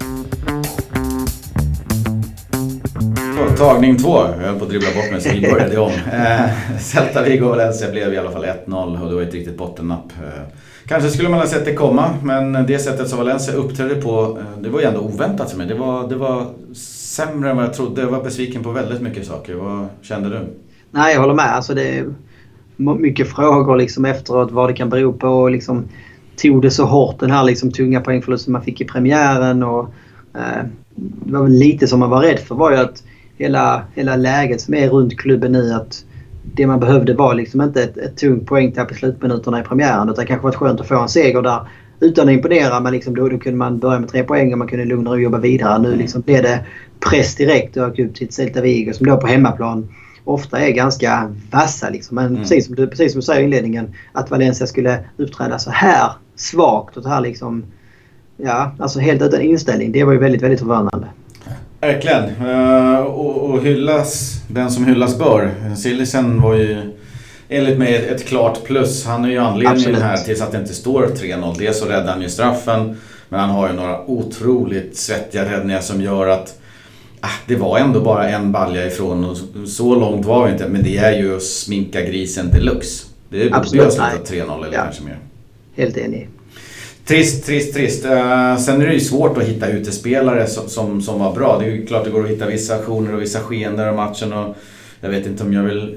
Speaker 1: Tagning 2. Jag höll på att dribbla bort mig så vi började om. Celta Vigo och Valencia blev i alla fall 1-0 och det var ett riktigt bottennapp. Kanske skulle man ha sett det komma, men det sättet som Valencia uppträdde på, det var ju ändå oväntat för mig. Det var sämre än vad jag trodde. Jag var besviken på väldigt mycket saker. Vad kände du?
Speaker 2: Nej, jag håller med. Alltså det är mycket frågor liksom efteråt vad det kan bero på. Liksom, tog det så hårt den här liksom tunga poängförlusten man fick i premiären, och det var väl lite som man var rädd för var ju att hela läget som är runt klubben nu, att det man behövde var liksom inte ett tungt poängtapp i slutminuterna i premiären, utan kanske var skönt att få en seger där utan att imponera, men liksom då kunde man börja med 3 poäng och man kunde lugna och jobba vidare. Nu liksom blev det press direkt och åka upp till Celta Vigo som då på hemmaplan ofta är ganska vassa liksom. Men precis som du säger i inledningen, att Valencia skulle uppträda så här svagt och så här liksom, ja, alltså helt utan inställning, det var ju väldigt, väldigt förvånande.
Speaker 1: Verkligen. Och hyllas, den som hyllas bör. Sillisen var ju enligt mig ett klart plus. Han är ju anledningen här till att det inte står 3-0. Det så räddar han ju straffen, men han har ju några otroligt svettiga räddningar som gör att det var ändå bara en balja ifrån, och så långt var vi inte, men det är ju att sminka grisen deluxe. Det är borde jag slutat 3-0 eller kanske mer.
Speaker 2: Helt enig.
Speaker 1: Trist. Sen är det ju svårt att hitta utespelare som var bra. Det är ju klart det går att hitta vissa aktioner och vissa skener av matchen, och jag vet inte om jag vill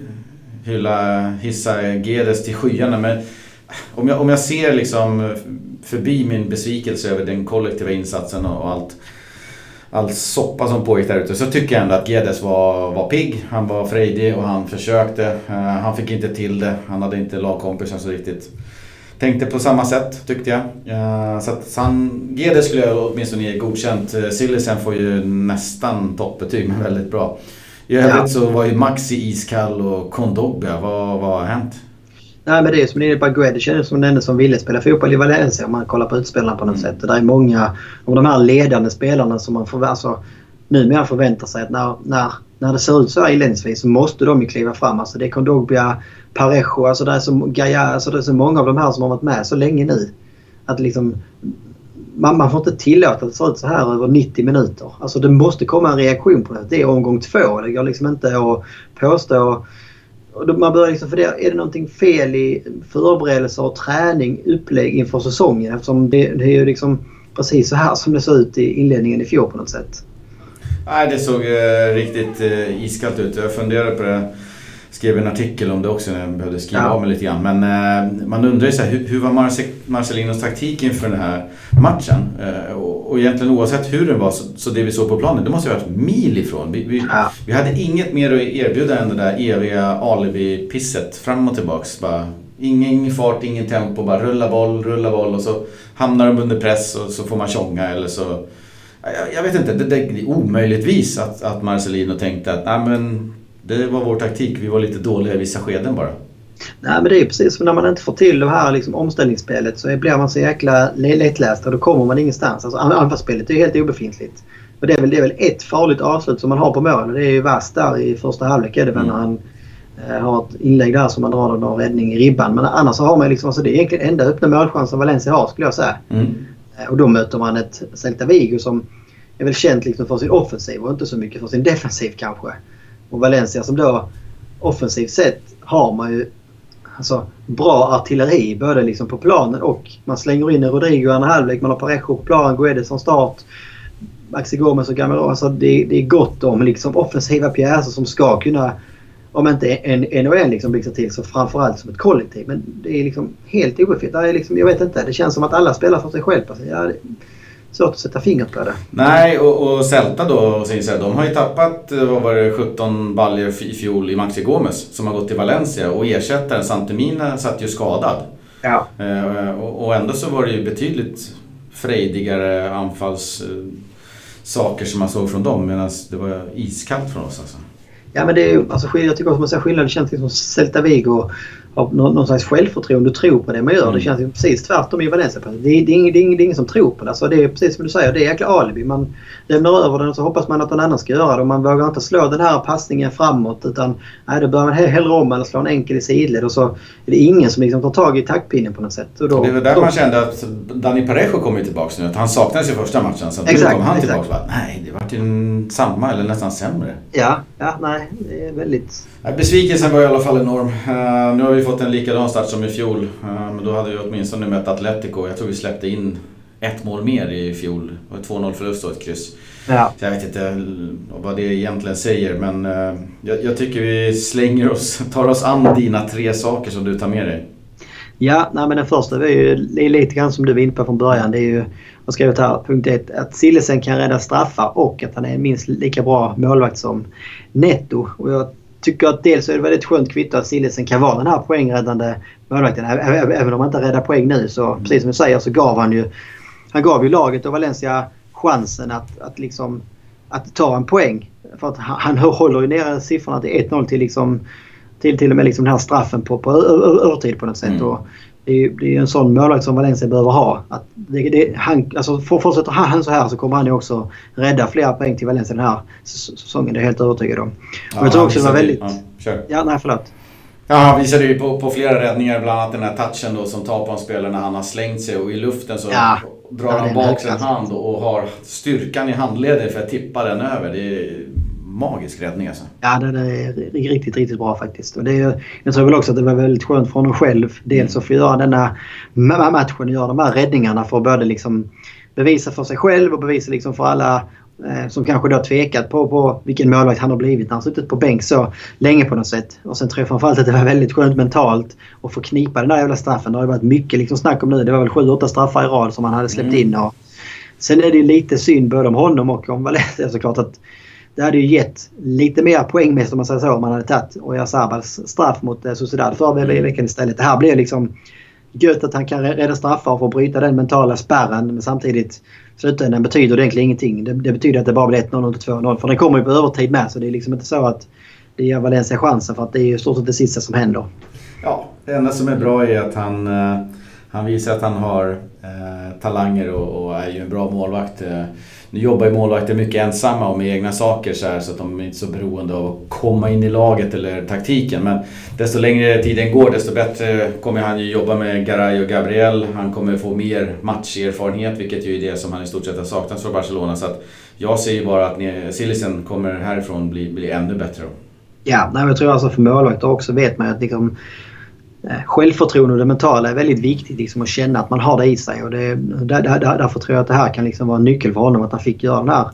Speaker 1: hissa Guedes till skyarna, men om jag ser liksom förbi min besvikelse över den kollektiva insatsen och allt soppa som pågick där ute, så tycker jag ändå att Guedes var pigg. Han var frejdig och han försökte. Han fick inte till det. Han hade inte lagkompisar så riktigt. Tänkte på samma sätt, tyckte jag. Så att Guedes skulle jag åtminstone ge godkänt. Sillisen får ju nästan toppbetyg, men väldigt bra. I övrigt så var ju Maxi iskall och Kondogbia. Vad har hänt?
Speaker 2: Nej, men det är som det är, bara Guedes känns som den enda som ville spela fotboll i Valencia om man kollar på utspelarna på något sätt. Det är många av de här ledande spelarna som man numera förväntar sig att när det ser ut så här inledningsvis så måste de ju kliva fram. Alltså det är Kondogbia, Parejo, alltså det är så många av de här som har varit med så länge nu. Att liksom, man får inte tillåta att det ser ut så här över 90 minuter. Alltså det måste komma en reaktion på det. Det är omgång 2. Det går liksom inte att påstå. Och man börjar liksom, för det är det någonting fel i förberedelser och träning, upplägg inför säsongen, eftersom det är ju liksom precis så här som det såg ut i inledningen i fjol på något sätt.
Speaker 1: Nej, det såg riktigt iskallt ut. Jag funderade på det, skrev en artikel om det också när jag behövde skriva av mig lite grann. Men man undrar ju så här, hur var Marcelinos taktik inför den här matchen? Och egentligen oavsett hur den var, så det vi såg på planen, det måste ju ha varit mil ifrån. Vi hade inget mer att erbjuda än det där eviga alibi-pisset fram och tillbaks. Bara, ingen fart, ingen tempo, bara rulla boll och så hamnar de under press och så får man tjonga eller så. Jag vet inte, det är omöjligtvis att Marcelino tänkte att nej, men det var vår taktik, vi var lite dåliga i vissa skeden bara.
Speaker 2: Nej, men det är ju precis som när man inte får till det här liksom, omställningsspelet så blir man så jäkla lättläst och då kommer man ingenstans. Alltså anfallsspelet är ju helt obefintligt. Och det är väl ett farligt avslut som man har på mål. Det är ju Vast där i första halvlek är det när han har ett inlägg där som man drar någon räddning i ribban. Men annars så har man liksom, alltså det är egentligen enda öppna målchans som Valencia har skulle jag säga. Och då möter man ett Celta Vigo som är väl känt liksom för sin offensiv och inte så mycket för sin defensiv kanske. Och Valencia som då offensivt sett har man ju alltså, bra artilleri både liksom på planen och man slänger in Rodrigo i andra halvlek, man har Parejo på plan, Guedes som start, Maxi Gomez och Gamero. Alltså det är gott om liksom offensiva pjäser som ska kunna, om inte en och en liksom bygga till så framförallt som ett kollektiv. Men det är liksom helt obefintligt. Det är liksom, jag vet inte, det känns som att alla spelar för sig själva. Alltså, det är svårt att sätta fingret på det.
Speaker 1: Nej, och Celta då, de har ju tappat 17 baljor i fjol i Maxi Gomez som har gått till Valencia och ersättaren Santemina satt ju skadad.
Speaker 2: Ja.
Speaker 1: Och ändå så var det ju betydligt frejdigare anfallssaker som man såg från dem medan det var iskallt från oss alltså. Ja,
Speaker 2: men det är ju, alltså, jag tycker att man ser skillnad. Det känns som Celta Vigo har någon slags självförtroende och tro på det man gör. Det känns ju precis tvärtom i Valencia. Det är ingen som tror på det. Alltså, det är precis som du säger, det är jäkla alibi. Man lämnar över den och så hoppas man att någon annan ska göra det. Och man vågar inte slå den här passningen framåt utan då börjar man hellre om eller slå en enkel i sidled och så är det ingen som liksom tar tag i taktpinnen på något sätt. Och då,
Speaker 1: det var där man kände att Dani Parejo kom ju tillbaka nu. Att han saknades i första matchen. Så nu kom han tillbaka och bara, nej, det var ju samma eller nästan sämre.
Speaker 2: Ja, nej, det är väldigt...
Speaker 1: Besvikelsen var i alla fall enorm. Nu har vi fått en likadan start som i fjol. Men då hade vi åtminstone mött Atletico. Jag tror vi släppte in ett mål mer i fjol. Det var 2-0 förlust och ett kryss. Ja. Så jag vet inte vad det egentligen säger. Men jag tycker vi tar oss an dina 3 saker som du tar med dig.
Speaker 2: Ja, nej, men den första är ju lite grann som du var inne på från början. Det är ju, vad ska jag ta, punkt 1, att Sillesen kan rädda straffar och att han är minst lika bra målvakt som Neto. Och jag tycker att dels är det väldigt skönt kvitto att Sillesen kan vara den här poängräddande målvakten. Även om han inte räddar poäng nu så precis som du säger så gav ju laget och Valencia chansen att ta en poäng. För att han håller ju ner siffrorna till 1-0 till liksom till och med liksom den här straffen på övertid på något sätt. Och det är en sån målvakt som Valencia behöver ha. Att fortsätter han så här så kommer han ju också rädda flera poäng till Valencia den här säsongen. Det är helt övertygad om. Och jag tror också det var väldigt... förlåt.
Speaker 1: Ja, han visade ju på flera räddningar, bland annat den här touchen då, som tar på en spelare när han har slängt sig och i luften så drar han bak sin hand och har styrkan i handleden för att tippa den över. Det är magisk räddning alltså. Ja, det är
Speaker 2: riktigt, riktigt bra faktiskt. Och jag tror väl också att det var väldigt skönt för honom själv. Dels att få göra denna matchen och göra de här räddningarna för att både liksom bevisa för sig själv och bevisa liksom för alla som kanske då tvekat på vilken målvakt han har blivit. Han har suttit på bänk så länge på något sätt. Och sen tror jag framförallt att det var väldigt skönt mentalt att få knipa den där jävla straffen. Det har varit mycket liksom snack om nu. Det var väl 7-8 straffar i rad som han hade släppt in. Och sen är det ju lite synd både om honom och om Valencia såklart att det hade ju gett lite mer poäng med som man säger så om man hade tagit Oyarzabals straff mot Sociedad förra veckan istället. Det här blir liksom gött att han kan rädda straffar och få bryta den mentala spärren men samtidigt slutändan betyder det egentligen ingenting. Det betyder att det bara blir 1-0 och 2-0 för den kommer ju på övertid med så det är liksom inte så att det ger Valencia chansen för att det är ju stort sett det sista som händer.
Speaker 1: Ja, det enda som är bra är att han visar att han har talanger och är ju en bra målvakt. Nu jobbar ju målvakter mycket ensamma och med egna saker så att de är inte så beroende av att komma in i laget eller taktiken. Men desto längre tiden går desto bättre kommer han ju jobba med Garay och Gabriel. Han kommer få mer matcherfarenhet vilket ju är det som han i stort sett har saknat från Barcelona. Så att jag ser ju bara att Sillesen kommer härifrån bli ännu bättre.
Speaker 2: Ja, jag tror alltså för målvakter också vet man att liksom självförtroende och det mentala är väldigt viktigt liksom, att känna att man har det i sig och därför tror jag att det här kan liksom vara en nyckel för honom att han fick göra den här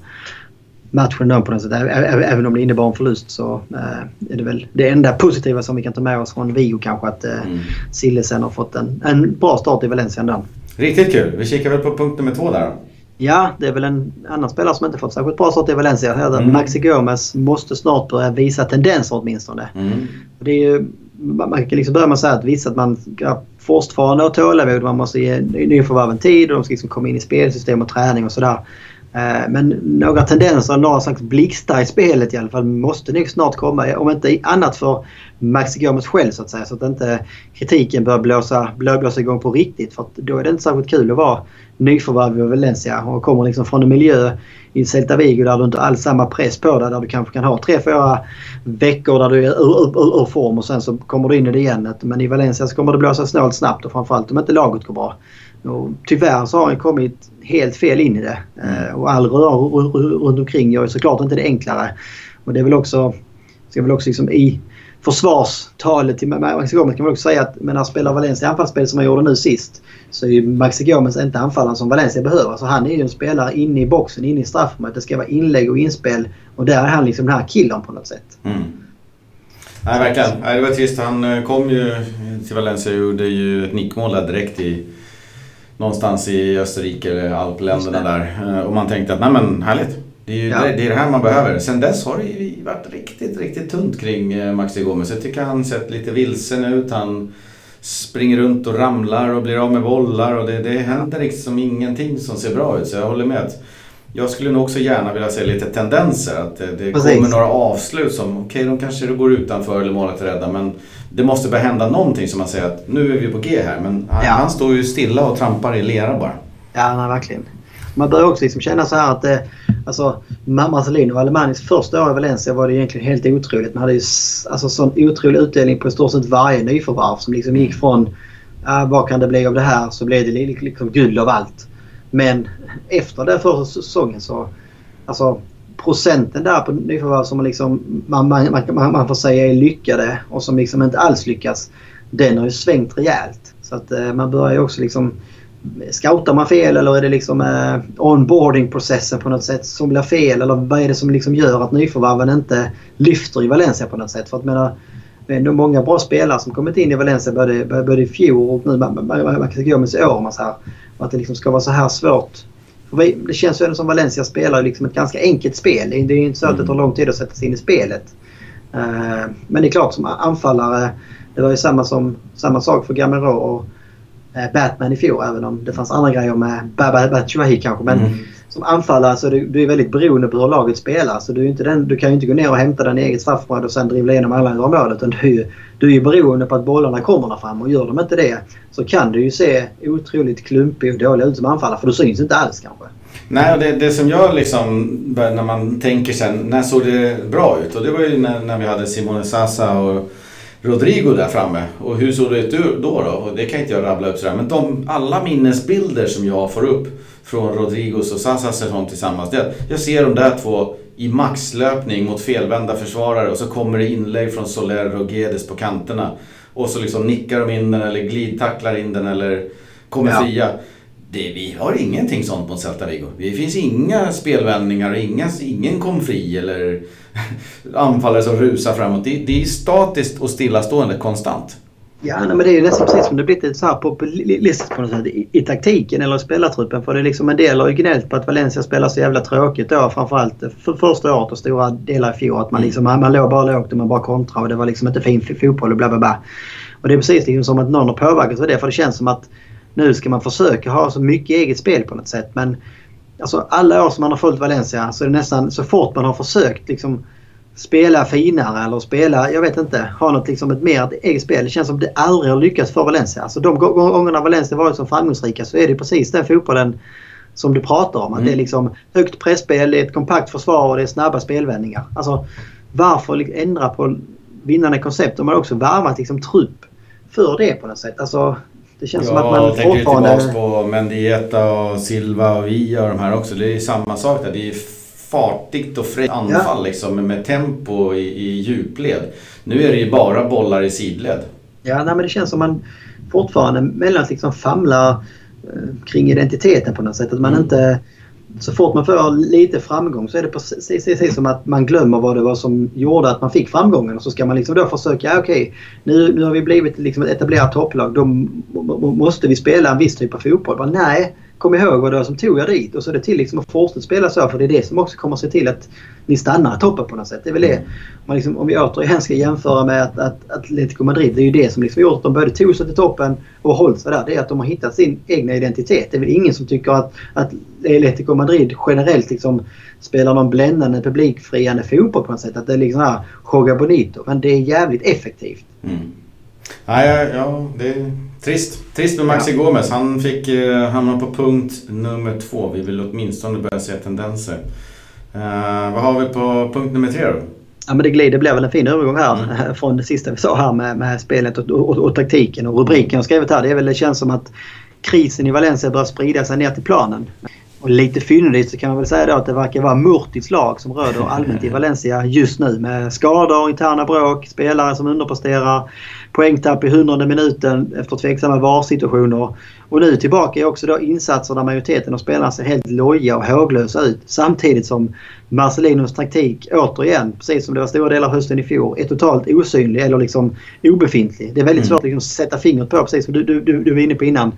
Speaker 2: matchen på något sätt. Även om det innebar en förlust så är det väl det enda positiva som vi kan ta med oss från Vigo kanske att Sillesen har fått en bra start i Valencia ändå.
Speaker 1: Riktigt kul. Vi kikar väl på punkt nummer 2 där då.
Speaker 2: Ja, det är väl en annan spelare som inte fått särskilt bra start i Valencia. Maxi Gomez måste snart börja visa tendenser åtminstone. Det är ju man kan liksom börja med att säga att vissa att man ska fortfarande ha tålamod, man måste ge nyförvärven tid och de ska liksom komma in i spelsystem och träning och sådär. Men några tendenser, några slags blixtar i spelet i alla fall måste nog snart komma. Om inte annat för Maxi Gomes själv så att säga. Så att inte kritiken bör blåsa igång på riktigt. För att då är det inte särskilt kul att vara nyförvärv i Valencia. Och kommer liksom från en miljö i Celta Vigo där du inte alls samma press på dig. Där du kanske kan ha 3-4 veckor där du är ur form och sen så kommer du in i det igen. Men i Valencia så kommer det blåsa snabbt och framförallt om inte laget går bra. Och tyvärr så har han kommit helt fel in i det. Och all röra runt omkring gör ju såklart inte det enklare. Och det är väl också, ska väl också liksom i försvarstalet till Maxi Gomes kan man också säga att när han spelar Valencia anfallsspel som han gjorde nu sist, så är ju Maxi Gomes inte anfallaren som Valencia behöver. Så han är ju en spelare inne i boxen, inne i straffområdet. Det ska vara inlägg och inspel. Och där är han liksom den här killen på något sätt.
Speaker 1: Nej, verkligen. Nej, det var trist. Han kom ju till Valencia och gjorde ju ett nickmål där direkt någonstans i Österrike eller Alpländerna där. Och man tänkte att nej men härligt. Det är ju det är det här man behöver. Sen dess har det varit riktigt tunt kring Maxi Gomes. Jag tycker han sett lite vilsen ut. Han springer runt och ramlar och blir av med bollar. Och det händer liksom ingenting som ser bra ut. Så jag håller med. Jag skulle nog också gärna vilja se lite tendenser. Att det kommer några avslut som de kanske går utanför eller målet är rädda. Men det måste börja hända någonting som man säger att nu är vi på G här. Men han står ju stilla och trampar i lera bara.
Speaker 2: Ja, nej, verkligen. Man börjar också liksom känna så här att Marcelino och Alemani's första år i Valencia var det egentligen helt otroligt. Man hade ju sån otrolig utdelning på i stort sett varje nyförvärv som liksom gick från vad kan det bli av det här, så blev det liksom guld av allt. Men efter den första säsongen så procenten där på nyförvärv som man får säga är lyckade och som liksom inte alls lyckas, den har ju svängt rejält. Så att man börjar ju också liksom, scoutar man fel eller är det liksom onboarding-processen på något sätt som blir fel, eller vad är det som liksom gör att nyförvärven inte lyfter i Valencia på något sätt? För att det är nog många bra spelare som kommit in i Valencia både i fjol och nu Maxi Gomes i år. Och att det liksom ska vara så här svårt. Det känns ju som Valencia spelar liksom ett ganska enkelt spel. Det är ju inte så att det tar lång tid att sätta sig in i spelet. Men det är klart som anfallare, det var ju samma sak för Gamero och Batman i fjol, även om det fanns andra grejer med Batshuayi kanske. Men som anfallare så du är väldigt beroende på hur laget spelar. Så du kan ju inte gå ner och hämta den i eget straffområde och sen dribbla igenom alla över målet. Utan du är ju beroende på att bollarna kommer fram, och gör de inte det så kan du ju se otroligt klumpig och dålig ut som anfallare, för du syns inte alls kanske.
Speaker 1: Nej, och det som jag liksom, när man tänker sen, när såg det bra ut? Och det var ju när vi hade Simone Sasa och Rodrigo där framme. Och hur såg det ut då? Och det kan inte jag rabbla upp sådär. Men alla minnesbilder som jag får upp från Rodrigos och Sasas säsong tillsammans, jag ser de där två i maxlöpning mot felvända försvarare, och så kommer det inlägg från Soler och Guedes på kanterna. Och så liksom nickar de in den eller glidtacklar in den eller kommer fria. Vi har ingenting sånt mot Celta Vigo. Det finns inga spelvändningar och ingen kom fri eller anfallare som rusar framåt. Det är statiskt och stillastående konstant.
Speaker 2: Ja, men det är ju nästan precis som det blivit lite så här populistiskt på något sätt i taktiken eller i spelartruppen. För det är liksom en del har ju gnällt på att Valencia spelar så jävla tråkigt då, framförallt för första året och stora delar i fjol. Att man låg bara lågt och man bara kontra och det var liksom inte fin fotboll och bla bla bla. Och det är precis liksom som att någon har påverkat för det, för det känns som att nu ska man försöka ha så mycket eget spel på något sätt. Men alltså, alla år som man har följt Valencia så är det nästan så fort man har försökt liksom spela finare eller spela, jag vet inte, ha något liksom ett mer eget spel. Det känns som det aldrig har lyckats för Valencia. Alltså de gångerna Valencia varit som framgångsrika så är det precis den fotbollen som du pratar om. Att det är liksom högt pressspel, det är ett kompakt försvar och det är snabba spelvändningar. Alltså varför ändra på vinnande koncept om man också värvat liksom trupp för det på något sätt. Alltså det känns som att man
Speaker 1: tänker tillbaka på Mendieta och Silva och Villa och de här också. Det är samma sak där. Det är fartigt och fräckt anfall liksom, med tempo i djupled. Nu är det ju bara bollar i sidled. Ja,
Speaker 2: men det känns som man fortfarande mellan att liksom famla kring identiteten på något sätt. Att man inte, så fort man får lite framgång så är det precis som att man glömmer vad det var som gjorde att man fick framgången. Och så ska man liksom då försöka, nu har vi blivit liksom ett etablerat topplag. Då måste vi spela en viss typ av fotboll. Nej, kom ihåg vad det var som tog er dit och så är det till liksom att fortsätta spela så, för det är det som också kommer att se till att ni stannar i toppen på något sätt. Det är väl det. Man liksom, om vi återigen ska jämföra med att Atletico Madrid, det är ju det som liksom gjort att de både tog sig till toppen och hållit sig där. Det är att de har hittat sin egna identitet. Det är väl ingen som tycker att Atletico Madrid generellt liksom spelar någon bländande publikfriande fotboll på något sätt. Att det är liksom här joga bonito. Men det är jävligt effektivt.
Speaker 1: Ja, det är trist med Maxi Gomez. Han fick hamna på punkt nummer 2. Vi vill åtminstone börja se tendenser. Vad har vi på punkt nummer 3 då?
Speaker 2: Ja, men det blev väl en fin övergång här från det sista vi sa här med spelet och taktiken. Och rubriken jag skrivit här, det känns som att krisen i Valencia börjar sprida sig ner till planen. Och lite fyndigt så kan man väl säga då att det verkar vara Murtis lag som röder allmänt i Valencia just nu. Med skador, interna bråk, spelare som underpresterar, poängtapp i 100:e minuten efter tveksamma VAR-situationer. Och nu tillbaka är också då insatser där majoriteten av spelarna ser helt loja och håglösa ut. Samtidigt som Marcelinos taktik återigen, precis som det var stora delar av hösten i fjol, är totalt osynlig eller liksom obefintlig. Det är väldigt svårt att sätta fingret på, precis som du var inne på innan,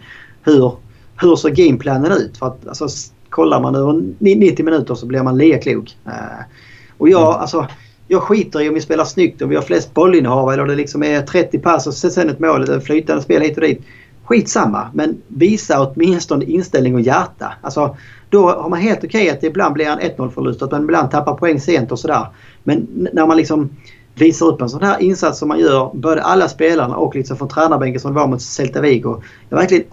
Speaker 2: hur ser gameplanen ut? För att alltså, kollar man över 90 minuter så blir man lika klok. Och jag skiter i om vi spelar snyggt, om vi har flest bollinnehav eller det liksom är 30 pass och sen ett mål eller flytande spel hit och dit. Skitsamma, men visa åtminstone inställning och hjärta. Alltså, då har man helt okej att det ibland blir en 1-0-förlust, att man ibland tappar poäng sent och sådär. Men när man liksom visar upp en sån här insats som man gör, både alla spelarna och liksom från tränarbänken som var mot Celta Vigo. Jag verkligen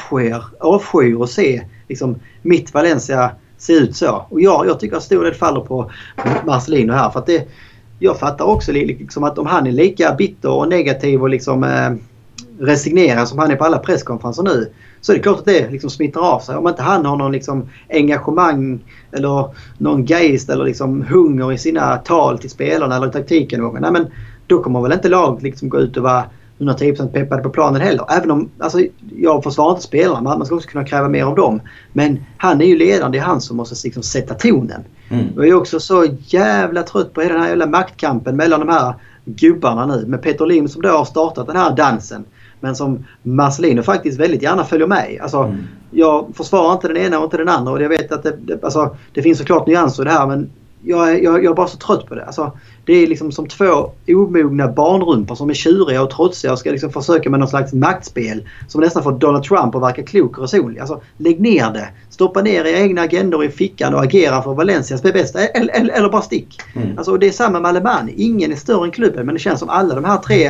Speaker 2: avskyr att se liksom mitt Valencia se ut så. Och jag tycker att stor del faller på Marcelino här. För att jag fattar också liksom att om han är lika bitter och negativ och liksom resignerad som han är på alla presskonferenser nu, så är det klart att det liksom smittar av sig. Om inte han har någon liksom engagemang eller någon geist eller liksom hunger i sina tal till spelarna eller i taktiken, nej, men då kommer väl inte lag liksom gå ut och vara 110% peppade på planen heller. Även om, alltså, jag försvarar inte spelarna, man ska också kunna kräva mer av dem. Men han är ju ledaren, det är han som måste liksom sätta tonen. Jag är också så jävla trött på den här jävla maktkampen mellan de här gubbarna nu. Med Peter Lim som då har startat den här dansen. Men som Marcelino faktiskt väldigt gärna följer med. Alltså, jag försvarar inte den ena och inte den andra. Och jag vet att det finns såklart nyanser i det här. Men jag är bara så trött på det. Alltså, det är liksom som två omogna barnrumpor som är tjuriga och trotsiga och ska liksom försöka med någon slags maktspel som nästan får Donald Trump att verka klok och resonlig. Alltså, lägg ner det. Stoppa ner era egna agendor i fickan och agera för Valencias bästa. Eller bara stick. Alltså, det är samma med Alemani. Ingen är större än klubben, men det känns som alla de här 3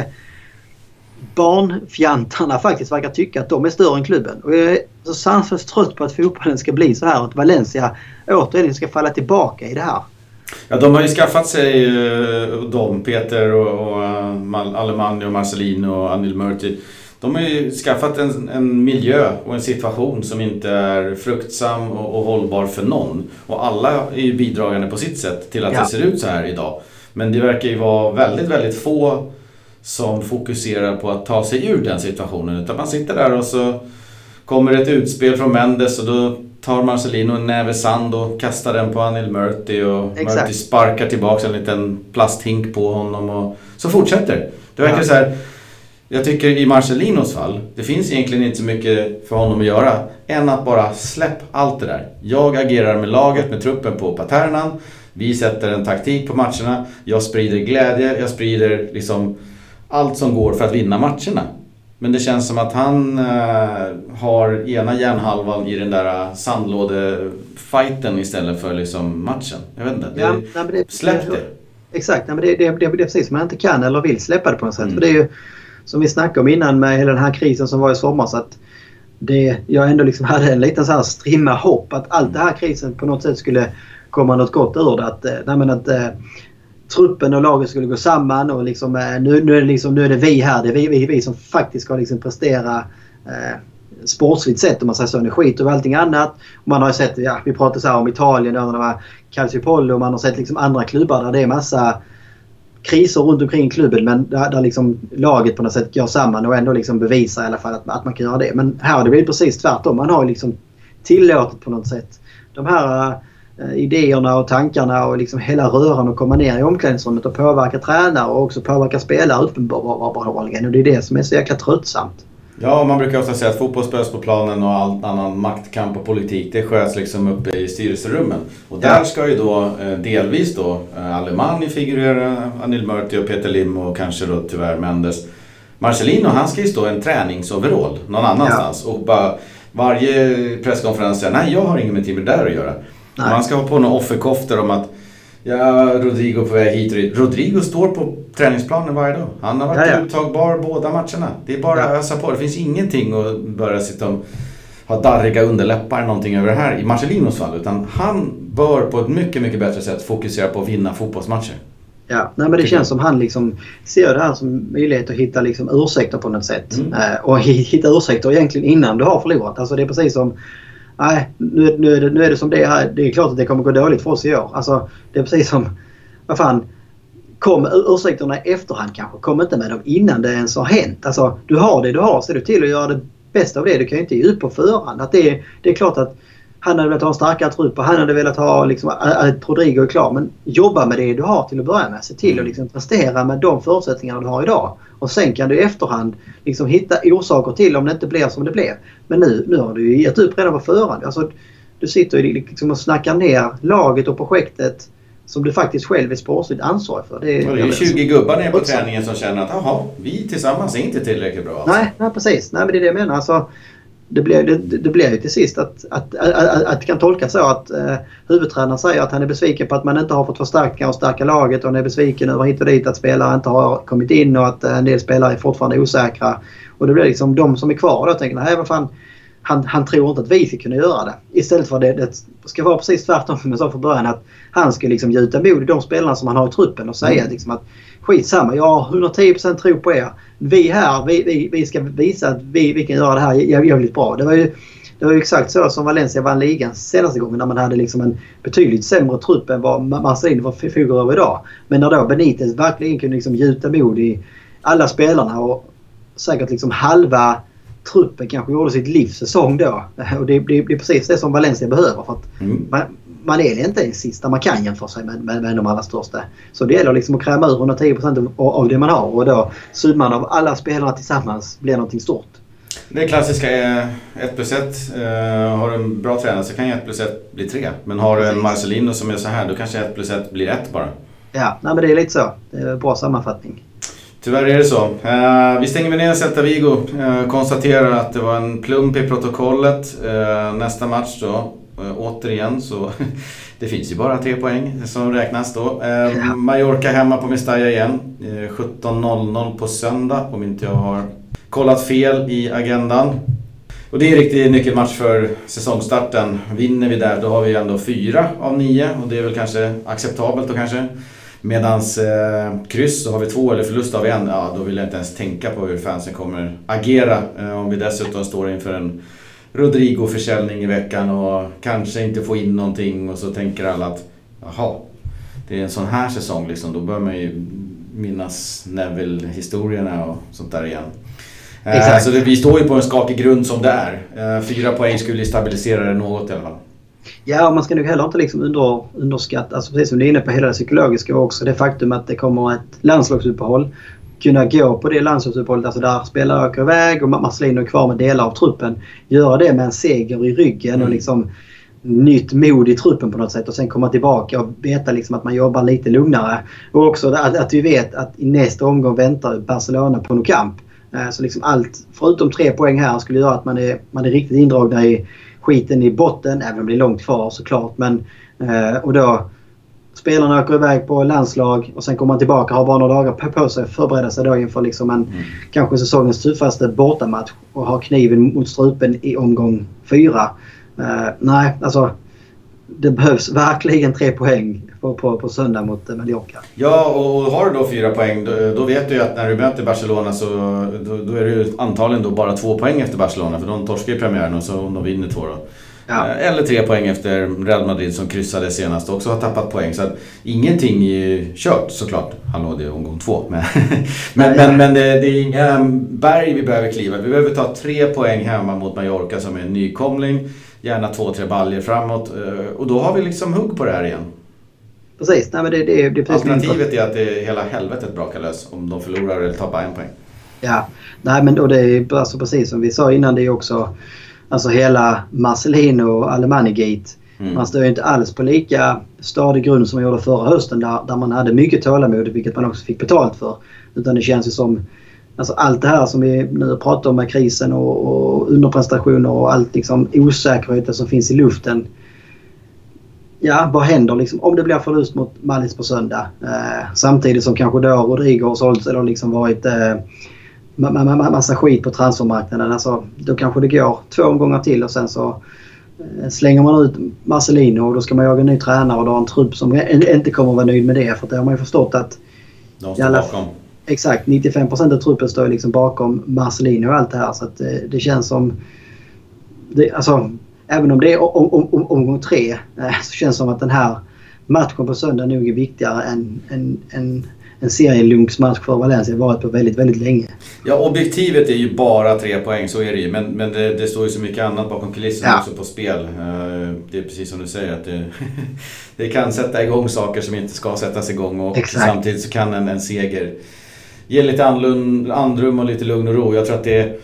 Speaker 2: barnfjantarna faktiskt verkar tycka att de är större än klubben. Och jag är så sanslöst trött på att fotbollen ska bli så här. Att Valencia återigen ska falla tillbaka i det här.
Speaker 1: Ja, de har ju skaffat sig, Peter och Alemani och Marcelino och Anil Murti. De har ju skaffat en miljö och en situation som inte är fruktsam och hållbar för någon. Och alla är ju bidragande på sitt sätt till att det ser ut så här idag. Men det verkar ju vara väldigt, väldigt få som fokuserar på att ta sig ur den situationen. Utan man sitter där och så kommer ett utspel från Mendes och då tar Marcelino en näve sand och kastar den på Anil Murti och Murti sparkar tillbaka en liten plasthink på honom och så fortsätter. Det verkar så här. Jag tycker i Marcelinos fall, det finns egentligen inte så mycket för honom att göra än att bara släpp allt det där. Jag agerar med laget, med truppen på Paternan. Vi sätter en taktik på matcherna. Jag sprider glädje, jag sprider liksom allt som går för att vinna matcherna. Men det känns som att han har ena hjärnhalvan i den där sandlådefighten istället för liksom matchen. Jag vet inte, släpp det. Exakt,
Speaker 2: men det är precis som man inte kan eller vill släppa det på något sätt. För det är ju som vi snackade om innan med hela den här krisen som var i sommar, så att jag ändå liksom hade en liten så här strimma hopp att allt det här krisen på något sätt skulle komma något gott ur det. Att truppen och laget skulle gå samman och liksom, nu är det vi här. Det är vi som faktiskt ska liksom prestera sportsligt sett, om man säger så. Det skit och allting annat. Och man har ju sett, vi pratar så här om Italien där det var Calciopoli, och man har sett liksom andra klubbar där det är massa kriser runt omkring klubben, men där liksom laget på något sätt går samman och ändå liksom bevisar i alla fall att man kan göra det. Men här har det blivit precis tvärtom. Man har liksom tillåtit på något sätt de här idéerna och tankarna och liksom hela röran att komma ner i omklädningsrummet och påverka tränare och också påverka spelare uppenbarligen. Och det är det som är så jäkla tröttsamt.
Speaker 1: Ja, man brukar ofta säga att fotboll spelas på planen och all annan maktkamp och politik, det sköts liksom uppe i styrelserummen. Och där ska ju då delvis då Alemani figurera, Anil Murti och Peter Lim och kanske då tyvärr Mendes. Marcelino, han ska ju stå en träningsoverall någon annanstans och bara varje presskonferens säger nej, jag har inget med Timber där att göra. Man ska ha på några offerkofter om att Rodrigo på väg hit och dit. Rodrigo står på träningsplanen varje dag. Han har varit uttagbar båda matcherna. Det är bara att ösa på. Det finns ingenting att börja sitta och ha darriga underläppar eller någonting över det här i Marcelinos fall. Utan han bör på ett mycket, mycket bättre sätt fokusera på att vinna fotbollsmatcher.
Speaker 2: Ja, nej, men det känns som han liksom ser det här som möjlighet att hitta liksom ursäkter på något sätt. Och hitta ursäkter egentligen innan du har förlorat. Alltså det är precis som nej, nu är det som det är här. Det är klart att det kommer gå dåligt för oss i år. Alltså, det är precis som, vad fan, kom ursäkterna i efterhand kanske. Kom inte med dem innan det ens har hänt. Alltså, du har det du har, så är du till att göra det bästa av det. Du kan ju inte ge ut på förhand. Att det är klart att han hade velat ha en starkare trupp och han hade velat ha liksom, att Rodrigo är klar. Men jobba med det du har till att börja med. Se till att liksom prestera med de förutsättningarna du har idag. Och sen kan du i efterhand liksom hitta orsaker till om det inte blir som det blev. Men nu har du ju gett upp redan på förhand. Alltså, du sitter ju liksom och snackar ner laget och projektet som du faktiskt själv är sportsligt ansvarig för. Det
Speaker 1: är 20 gubbar ner på träningen som känner att vi tillsammans är inte tillräckligt bra. Alltså.
Speaker 2: Nej, precis. Nej, men det är det jag menar. Alltså, det blir ju till sist att det kan tolkas så att huvudtränaren säger att han är besviken på att man inte har fått förstärka och stärka laget och han är besviken över hit och dit att spelare inte har kommit in och att en del spelare är fortfarande osäkra. Och det blir liksom de som är kvar då tänker nej vad fan, han tror inte att vi ska kunna göra det. Istället för det ska vara precis tvärtom som jag sa från början att han ska liksom gjuta mod i de spelarna som han har i truppen och säga liksom att skitsamma, jag har 110% tro på er. Vi här, vi ska visa att vi kan göra det här jävligt bra. Det var ju exakt så som Valencia vann ligan senaste gången när man hade liksom en betydligt sämre trupp än vad Marcelino förfogar över idag. Men när då Benitez verkligen kunde liksom gjuta mod i alla spelarna och säkert liksom halva truppen kanske gjorde sitt livssäsong då. Och det blir precis det som Valencia behöver för att man är inte ens sista man kan jämföra sig med de allra största. Så det gäller liksom att kräma ur 110% av det man har och då summan av alla spelarna tillsammans blir någonting stort.
Speaker 1: Det klassiska är 1+1. Har du en bra tränare så kan 1+1 bli 3. Men har du en Marcelino som är så här, då kanske 1+1 blir 1 bara.
Speaker 2: Ja, nej, men det är lite så. Det är en bra sammanfattning.
Speaker 1: Tyvärr är det så. Vi stänger ner Celta Vigo. Konstaterar att det var en plump i protokollet. Nästa match då. Återigen så det finns ju bara 3 poäng som räknas då. Mallorca hemma på Mestalla igen. 17:00 på söndag om inte jag har kollat fel i agendan. Och det är en riktig nyckelmatch för säsongstarten. Vinner vi där då har vi ändå 4 av 9 och det är väl kanske acceptabelt då kanske. Medans kryss så har vi 2 eller förlust av 1. Ja, då vill jag inte ens tänka på hur fansen kommer agera om vi dessutom står inför en Rodrigo-försäljning i veckan och kanske inte får in någonting och så tänker alla att jaha, det är en sån här säsong liksom, då bör man ju minnas Neville-historierna och sånt där igen. Så vi står ju på en skakig grund som det är. 4 poäng skulle stabilisera det något i alla fall.
Speaker 2: Ja, man ska nog heller inte liksom underskatta, alltså precis som du är inne på hela det psykologiska också, det faktum att det kommer ett landslagsuppehåll. Kunna gå på det landslagsuppehållet, alltså där spelare åker iväg och Marcelino är kvar med delar av truppen. Göra det med en seger i ryggen och liksom nytt mod i truppen på något sätt och sen komma tillbaka och veta liksom att man jobbar lite lugnare. Och också att vi vet att i nästa omgång väntar Barcelona på Nou Camp. Så liksom allt förutom 3 poäng här skulle göra att man är riktigt indragna i skiten i botten, även om det är långt kvar såklart. Men, och då spelarna åker iväg på landslag och sen kommer man tillbaka och har bara några dagar på sig att förbereda sig då inför liksom kanske säsongens tuffaste bortamatch och ha kniven mot strupen i omgång 4. Nej, alltså det behövs verkligen 3 poäng på söndag mot Mallorca.
Speaker 1: Ja, och har du då 4 poäng då vet du ju att när du möter Barcelona så då är det ju antagligen då bara 2 poäng efter Barcelona för de torskar i premiären och så de vinner 2 då. Ja. Eller 3 poäng efter Real Madrid som kryssade senast och också har tappat poäng. Så att ingenting är kört såklart. Hallå, det är omgång 2. Men det är inga berg vi behöver kliva. Vi behöver ta 3 poäng hemma mot Mallorca som är en nykomling. Gärna 2-3 baljer framåt. Och då har vi liksom hugg på det här igen.
Speaker 2: Precis. Nej, men det är precis
Speaker 1: alternativet är att det är hela helvetet brakar lös om de förlorar eller tappar 1 poäng.
Speaker 2: Ja, nej men och det är alltså precis som vi sa innan, det är också alltså hela Marcelino och Alemanni-gate. Man står ju inte alls på lika stadig grund som man gjorde förra hösten där man hade mycket tålamod, vilket man också fick betalt för. Utan det känns ju som alltså allt det här som vi nu pratar om med krisen och underprestationer och allt liksom osäkerheten som finns i luften. Ja, vad händer liksom om det blir förlust mot Mallis på söndag? Samtidigt som kanske då Rodrigo har sålt eller liksom varit massa skit på transfermarknaden. Alltså, då kanske det går 2 omgångar till och sen så slänger man ut Marcelino och då ska man jaga en ny tränare och då har en trupp som inte kommer att vara nöjd med det. För det har man ju förstått att
Speaker 1: de står bakom.
Speaker 2: Exakt, 95% av truppen står liksom bakom Marcelino och allt det här. Så att det känns som alltså, även om det är omgång 3 så känns det som att den här matchen på söndag nog är viktigare än en serielunksmatch för Valencia varit på väldigt, väldigt länge.
Speaker 1: Ja, objektivet är ju bara 3 poäng, så är det ju. Men det står ju så mycket annat bakom kulisserna också på spel. Det är precis som du säger att det kan sätta igång saker som inte ska sättas igång. Och samtidigt så kan en seger ge lite andrum och lite lugn och ro. Jag tror att det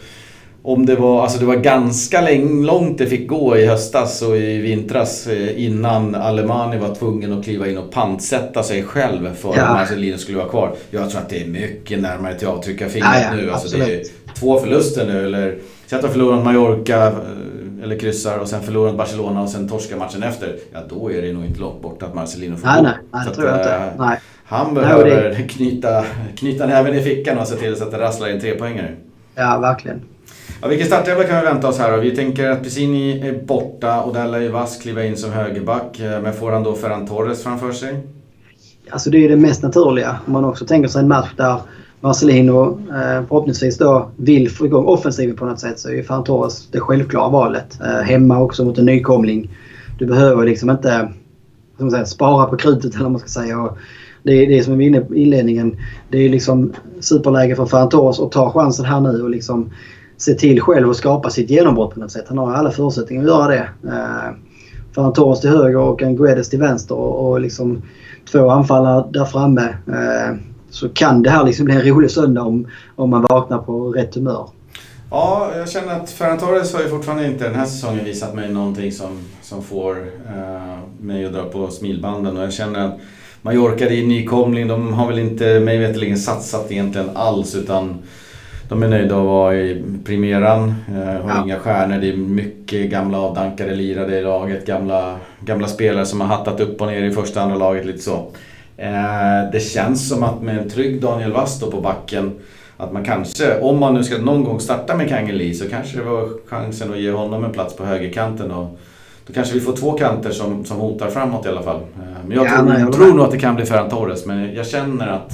Speaker 1: var ganska långt det fick gå i höstas och i vintras innan Alemanni var tvungen att kliva in och pantsätta sig själv för att Marcelino skulle vara kvar. Jag tror att det är mycket närmare till att avtrycka fingret nu. Alltså det är 2 förluster nu, eller så att de förlorar Mallorca eller kryssar och sen förlorar Barcelona och sen torskar matchen efter. Ja, då är det nog inte långt bort att Marcelino får gå.
Speaker 2: Nej, det tror jag inte. Nej.
Speaker 1: Han behöver knyta näven i fickan och se till så att det rasslar in 3-poängare.
Speaker 2: Ja, verkligen.
Speaker 1: Ja, vilken startelva kan vi vänta oss här då? Vi tänker att Pizzini är borta och där lär ju Vass kliva in som högerback. Men får han då Ferran Torres framför sig?
Speaker 2: Alltså det är det mest naturliga. Om man också tänker sig en match där Marcelino förhoppningsvis då vill få igång offensiven på något sätt, så är ju Ferran Torres det självklara valet. Hemma också mot en nykomling. Du behöver liksom inte spara på krutet eller vad man ska säga. Och det är som vi var inne på inledningen. Det är liksom superläge för Ferran Torres att ta chansen här nu och liksom se till själv och skapa sitt genombrott på något sätt. Han har alla förutsättningar att göra det. Ferran Torres till höger och en Guedes till vänster och liksom 2 anfallare där framme. Så kan det här liksom bli en rolig söndag om man vaknar på rätt humör.
Speaker 1: Ja, jag känner att Ferran Torres har ju fortfarande inte den här säsongen visat mig någonting som får mig att dra på smilbanden. Och jag känner att Mallorca är nykomling. De har väl inte mig veterligen satsat egentligen alls, utan de är nöjda att vara i primeran, har inga stjärnor, det är mycket gamla avdankade lirare i laget, gamla spelare som har hattat upp och ner i första andra laget, lite så. Det känns som att med en trygg Daniel Vass på backen, att man kanske, om man nu ska någon gång starta med Kangeli, så kanske det var chansen att ge honom en plats på högerkanten, och då kanske vi får 2 kanter som hotar framåt i alla fall. Men jag tror nog att det kan bli Ferran Torres, men jag känner att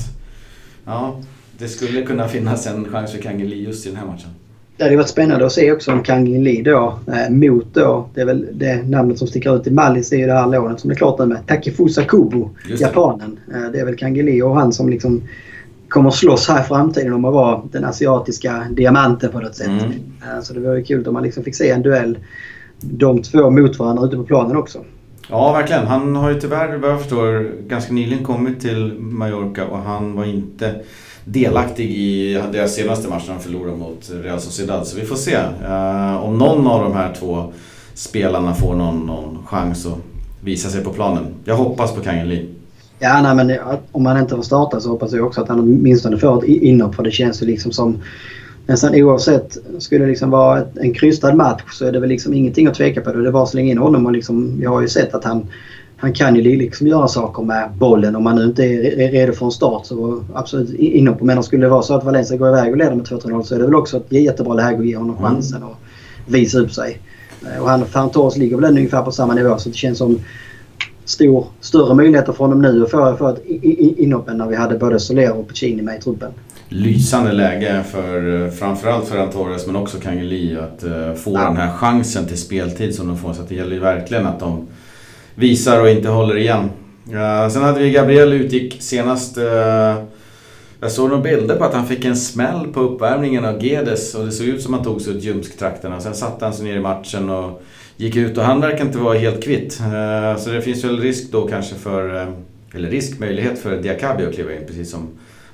Speaker 1: det skulle kunna finnas en chans för Kangeli just i den här matchen.
Speaker 2: Det hade varit spännande att se också om Kangeli då mot då, det är väl det namnet som sticker ut i Mallis, det är ju det här lånet som är klart nu med Takefusa Kubo, japanen. Det är väl Kangeli och han som liksom kommer slåss här i framtiden om att vara den asiatiska diamanten på något sätt. Så det var ju kul om man liksom fick se en duell, de 2 mot varandra ute på planen också.
Speaker 1: Ja, verkligen. Han har ju tyvärr, vad jag förstår, ganska nyligen kommit till Mallorca och han var inte delaktig i deras senaste match när de förlorade mot Real Sociedad. Så vi får se om någon av de här 2 spelarna får någon chans att visa sig på planen. Jag hoppas på Kangeli.
Speaker 2: Ja, nej, men om man inte får starta så hoppas jag också att han åtminstone får ett inhopp, för det känns ju liksom som nästan oavsett skulle det liksom vara en krystad match, så är det väl liksom ingenting att tveka på. Det var så länge in honom, och liksom, jag har ju sett att han kan ju liksom göra saker med bollen. Om man nu inte är redo för en start så absolut inhopp. Men skulle det vara så att Valencia går iväg och leder med 2-0, så är det väl också ett jättebra läge att ge honom chansen och visa upp sig. Och Ferran Torres ligger väl ungefär på samma nivå, så det känns som större möjligheter för honom nu att få ett inhopp än när vi hade både Soler och Piccini med i truppen.
Speaker 1: Lysande läge för framförallt Ferran Torres men också Kangeli att få den här chansen till speltid som de får, så att det gäller ju verkligen att de visar och inte håller igen. Sen hade vi Gabriel utgick senast. Jag såg några bilder på att han fick en smäll på uppvärmningen av Guedes och det såg ut som att han tog sig ut Ljumsk-trakterna. Sen satte han sig ner i matchen och gick ut och han verkar inte vara helt kvitt. Så det finns väl risk då kanske möjlighet för Diakabi att kliva in, precis som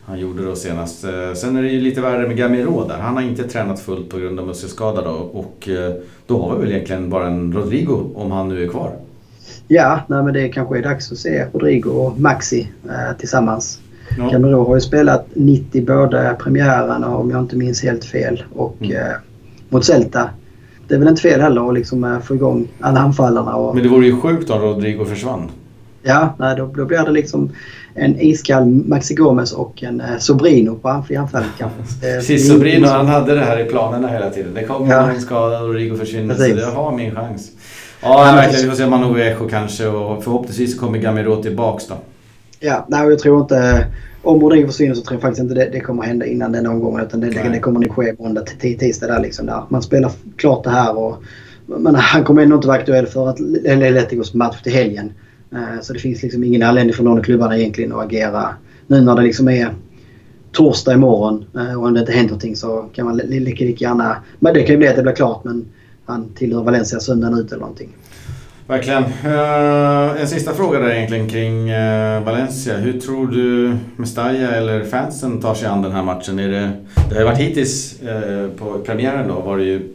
Speaker 1: han gjorde då senast. Sen är det ju lite värre med Gamiro där. Han har inte tränat fullt på grund av muskelskada då. Och då har vi väl egentligen bara en Rodrigo om han nu är kvar.
Speaker 2: Ja, nej, men det kanske är dags att se Rodrigo och Maxi tillsammans.
Speaker 1: Ja.
Speaker 2: Gamiro har ju spelat 90 båda premiärerna om jag inte minns helt fel. Och mot Celta. Det är väl inte fel heller att liksom få igång alla anfallarna. Och...
Speaker 1: Men det vore ju sjukt om Rodrigo försvann.
Speaker 2: Ja, nej, då blir det liksom en iskall Maxi Gomez och en Sobrino på anfallet kanske.
Speaker 1: Sobrino, han hade det här i planerna hela tiden. Det kommer en skada och Rodrigo försvinner. Så det har min chans. Ja, verkligen. Vi får se Manu Echo kanske och förhoppningsvis kommer Gamiro tillbaks då. Ja,
Speaker 2: nej, jag tror inte... Om Rodrigo försvinner så tror jag faktiskt inte det kommer hända innan den omgången. Utan det kommer nog ske måndag till tisdag där liksom. Där. Man spelar klart det här och... Men han kommer ändå inte vara aktuell för att Atleticos match till helgen. Så det finns liksom ingen anledning för någon av klubbarna egentligen att agera. Nu när det liksom är torsdag imorgon och om det inte händer någonting så kan man lika gärna... Men det kan ju bli att det blir klart, men han tillhör Valencia söndagen ut eller någonting.
Speaker 1: Verkligen. En sista fråga där egentligen kring Valencia. Hur tror du Mestalla eller fansen tar sig an den här matchen? Det har ju varit hittills på premiären då var det ju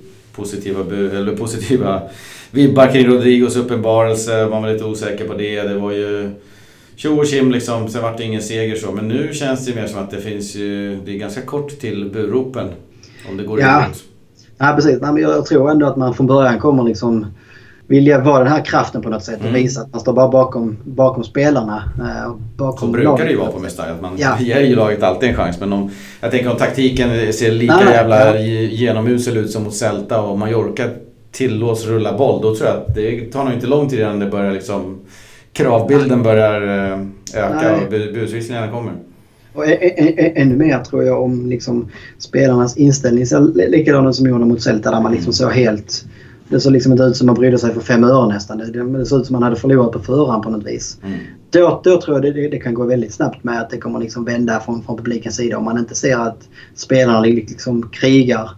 Speaker 1: positiva vibbar kring Rodrigos uppenbarelse. Man var lite osäker på det. Det var ju tjo och kim liksom. Sen var det ingen seger så. Men nu känns det mer som att det är ganska kort till burropen. Om det går emot.
Speaker 2: Ja, precis. Nej, men jag tror ändå att man från början kommer liksom vilja vara den här kraften på något sätt och visa att man står bara bakom spelarna.
Speaker 1: Så brukar det ju vara på Mestalla. Att man ger ju laget alltid en chans. Men jag tänker om taktiken ser lika jävla genomusel ut som mot Celta och Mallorca tillåts rulla boll, då tror jag att det tar nog inte lång tid innan det börjar liksom kravbilden börjar öka och busvisslingarna kommer.
Speaker 2: Och ännu mer tror jag om liksom spelarnas inställning så likadant som gjorde mot Celta där man liksom så helt... Det såg liksom inte ut som man brydde sig för 5 öre nästan. Det såg ut som man hade förlorat på förhand på något vis. Då tror jag det kan gå väldigt snabbt med att det kommer liksom vända från publikens sida. Om man inte ser att spelarna liksom krigar.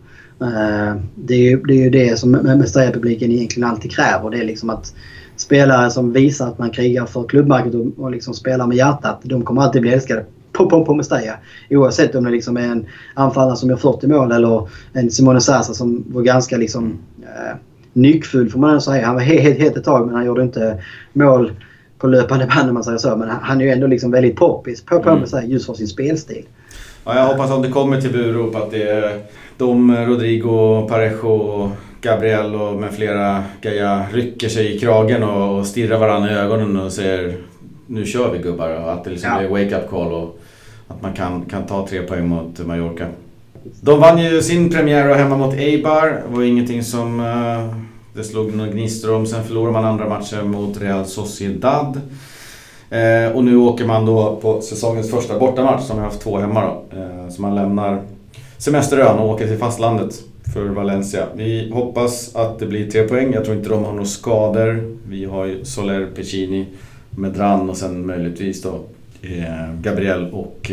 Speaker 2: Det är ju det som Mestalla-publiken egentligen alltid kräver. Det är liksom att spelare som visar att man krigar för klubbmärket och liksom spelar med hjärtat. De kommer alltid bli älskade på Mestalla. Oavsett om det liksom är en anfallare som gör 40 mål eller en Simone Sasa som var ganska liksom... nyckfull får man säga. Han var helt ett tag men han gjorde inte mål på löpande band om man säger så. Men han är ju ändå liksom väldigt poppis på just för sin spelstil.
Speaker 1: Ja, jag hoppas att det kommer till Burop att det är de Rodrigo, Parejo, Gabriel och med flera Gaia rycker sig i kragen och stirrar varandra i ögonen och säger nu kör vi gubbar och att det liksom är wake-up call och att man kan ta 3 poäng mot Mallorca. De vann ju sin premiär hemma mot Eibar. Det var ingenting som det slog några gnistor om. Sen förlorade man andra matcher mot Real Sociedad. Och nu åker man då på säsongens första bortamatch som vi har haft 2 hemma då. Så man lämnar semesterön och åker till fastlandet för Valencia. Vi hoppas att det blir 3 poäng. Jag tror inte de har några skador. Vi har ju Soler, Piccini, Medran och sen möjligtvis då Gabriel och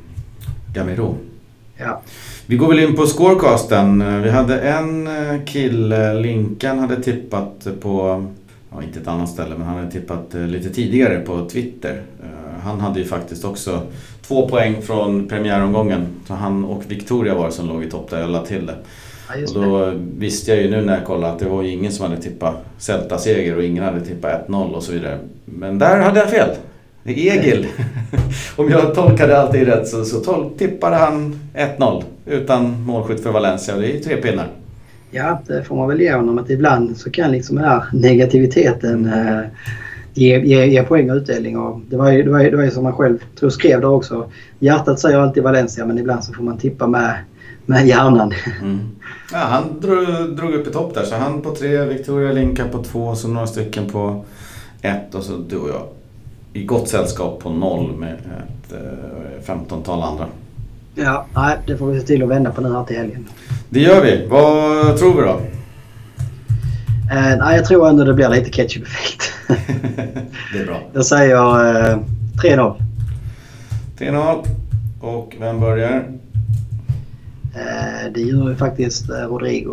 Speaker 1: Gamiro.
Speaker 2: Ja.
Speaker 1: Vi går väl in på scorecasten. Vi hade en kille, Linkan, hade tippat på, inte ett annat ställe, men han hade tippat lite tidigare på Twitter. Han hade ju faktiskt också 2 poäng från premiäromgången. Så han och Victoria var som låg i topp där jag lade till det. Ja, och då visste jag ju nu när jag kollade att det var ingen som hade tippat Celta-seger och ingen hade tippat 1-0 och så vidare. Men där hade jag fel. Egil. Om jag tolkade alltid rätt så tippade han 1-0 utan målskytt för Valencia och det är 3 pinnar.
Speaker 2: Ja, det får man väl ge honom att ibland så kan liksom den här negativiteten ge poäng och utdelning. Och det var ju som man själv tror skrev där också. Hjärtat säger alltid Valencia men ibland så får man tippa med hjärnan.
Speaker 1: Ja, han drog upp i topp där så han på 3, Victoria Linka på 2 så några stycken på 1 och så du och jag. I gott sällskap på 0 med ett 15-tal andra. Ja,
Speaker 2: nej, det får vi se till att vända på nu här till helgen.
Speaker 1: Det gör vi. Vad tror vi då?
Speaker 2: Nej, jag tror ändå det blir lite ketchup-effekt.
Speaker 1: Det är bra.
Speaker 2: Jag säger 3-0.
Speaker 1: 3-0. Och vem börjar?
Speaker 2: Det gör ju faktiskt Rodrigo.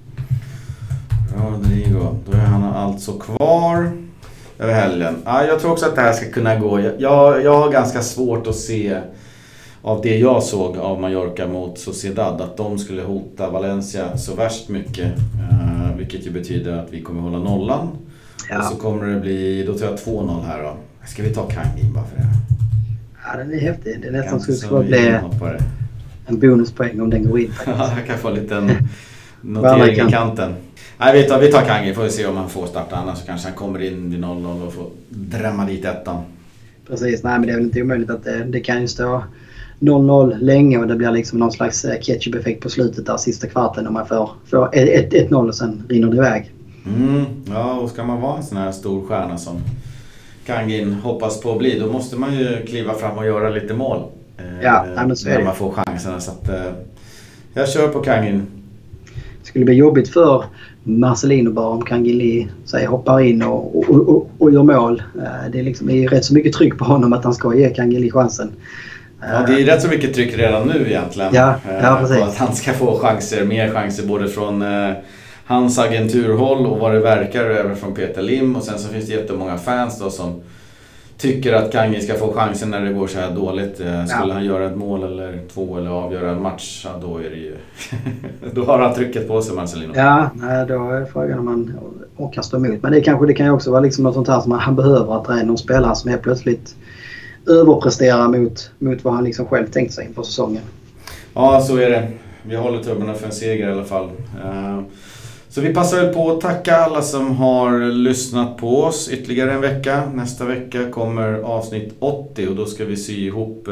Speaker 1: Då är han alltså kvar över helgen. Ja, jag tror också att det här ska kunna gå. Jag har ganska svårt att se av det jag såg av Mallorca mot Sociedad, att de skulle hota Valencia så värst mycket. Vilket ju betyder att vi kommer hålla nollan. Ja. Och så kommer det bli, då tror jag 2-0 här då. Ska vi ta Kangin bara för det?
Speaker 2: Ja, den är häftig. Det är nästan skulle bli en bonuspoäng om den går in.
Speaker 1: Ja, jag kan få en liten notering i kanten. Nej, vi tar Kangin, får vi se om han får starta, annars så kanske han kommer in vid 0-0 och får drämma dit ettan.
Speaker 2: Precis, nej men det är väl inte omöjligt att det kan ju stå 0-0 länge och det blir liksom någon slags ketchup-effekt på slutet där sista kvarten om man får 1-0 och sen rinner det iväg.
Speaker 1: Ja, och ska man vara en sån här stor stjärna som Kangin hoppas på att bli, då måste man ju kliva fram och göra lite mål.
Speaker 2: Ja, men så är det.
Speaker 1: När man får chanserna, så att jag kör på Kangin.
Speaker 2: Det skulle bli jobbigt för Marcelino bara om Kangin hoppar in och gör mål. Det är liksom rätt så mycket tryck på honom att han ska ge Kangin chansen.
Speaker 1: Ja, det är rätt så mycket tryck redan nu egentligen.
Speaker 2: Ja, precis.
Speaker 1: På att han ska få mer chanser både från hans agenturhåll och vad det verkar över från Peter Lim. Och sen så finns det jättemånga fans då som tycker att Kangin ska få chansen när det går så här dåligt. Skulle han göra ett mål eller 2 eller avgöra en match, då är det ju då har han trycket på sig, Marcelino.
Speaker 2: Ja, då är frågan om han orkar stå emot. Men det kan ju också vara liksom något sånt här som han behöver, att det är någon spelare som är plötsligt överpresterar mot vad han liksom själv tänkt sig inför säsongen.
Speaker 1: Ja, så är det. Vi håller tummarna för en seger i alla fall. Så vi passar väl på att tacka alla som har lyssnat på oss ytterligare en vecka. Nästa vecka kommer avsnitt 80 och då ska vi sy ihop,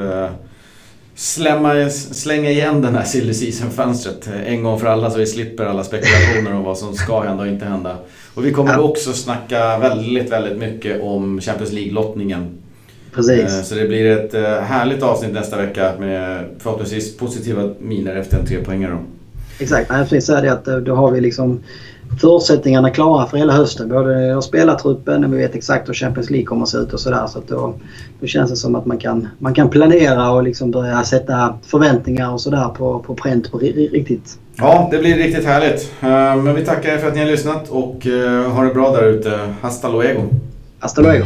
Speaker 1: slänga igen den här silly season-fönstret en gång för alla, så vi slipper alla spekulationer om vad som ska hända och inte hända. Och vi kommer också snacka väldigt, väldigt mycket om Champions League-lottningen.
Speaker 2: Precis.
Speaker 1: Så det blir ett härligt avsnitt nästa vecka med förhoppningsvis positiva miner efter en 3-poängare då.
Speaker 2: Exakt, jag vill säga det att då har vi liksom förutsättningarna klara för hela hösten. Både av spelartruppen, och vi vet exakt hur Champions League kommer att se ut och sådär. Så att då känns det som att man kan planera och liksom börja sätta förväntningar och sådär på pränt på riktigt.
Speaker 1: Ja, det blir riktigt härligt. Men vi tackar er för att ni har lyssnat och ha det bra där ute. Hasta luego.
Speaker 2: Hasta luego.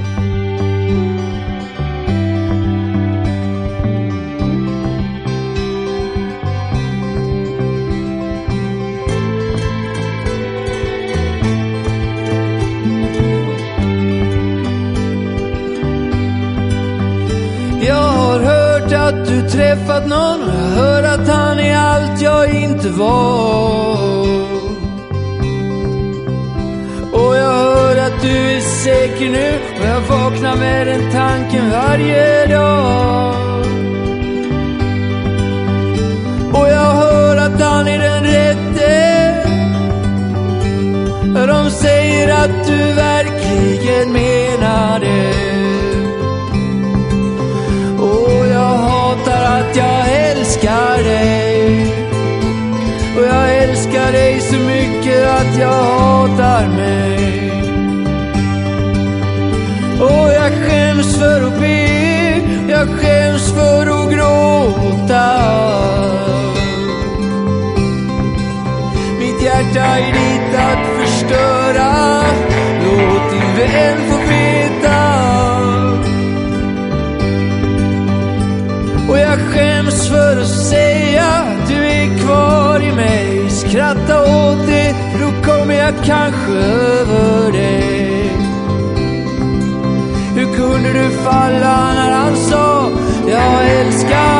Speaker 3: Att du träffat någon och jag hör att han är allt jag inte var. Och jag hör att du är säker nu och jag vaknar med den tanken varje dag. Och jag hör att han är den rätte. De säger att du verkligen menar det. Att jag älskar dig. Och jag älskar dig så mycket att jag hatar mig. Och jag skäms för att be, jag skäms för att gråta. Mitt hjärta är ditt att förstöra. Låt din vän få veta. Och jag skäms för att säga att du är kvar i mig. Skratta åt det, för då kommer jag kanske över det. Hur kunde du falla när han sa jag älskar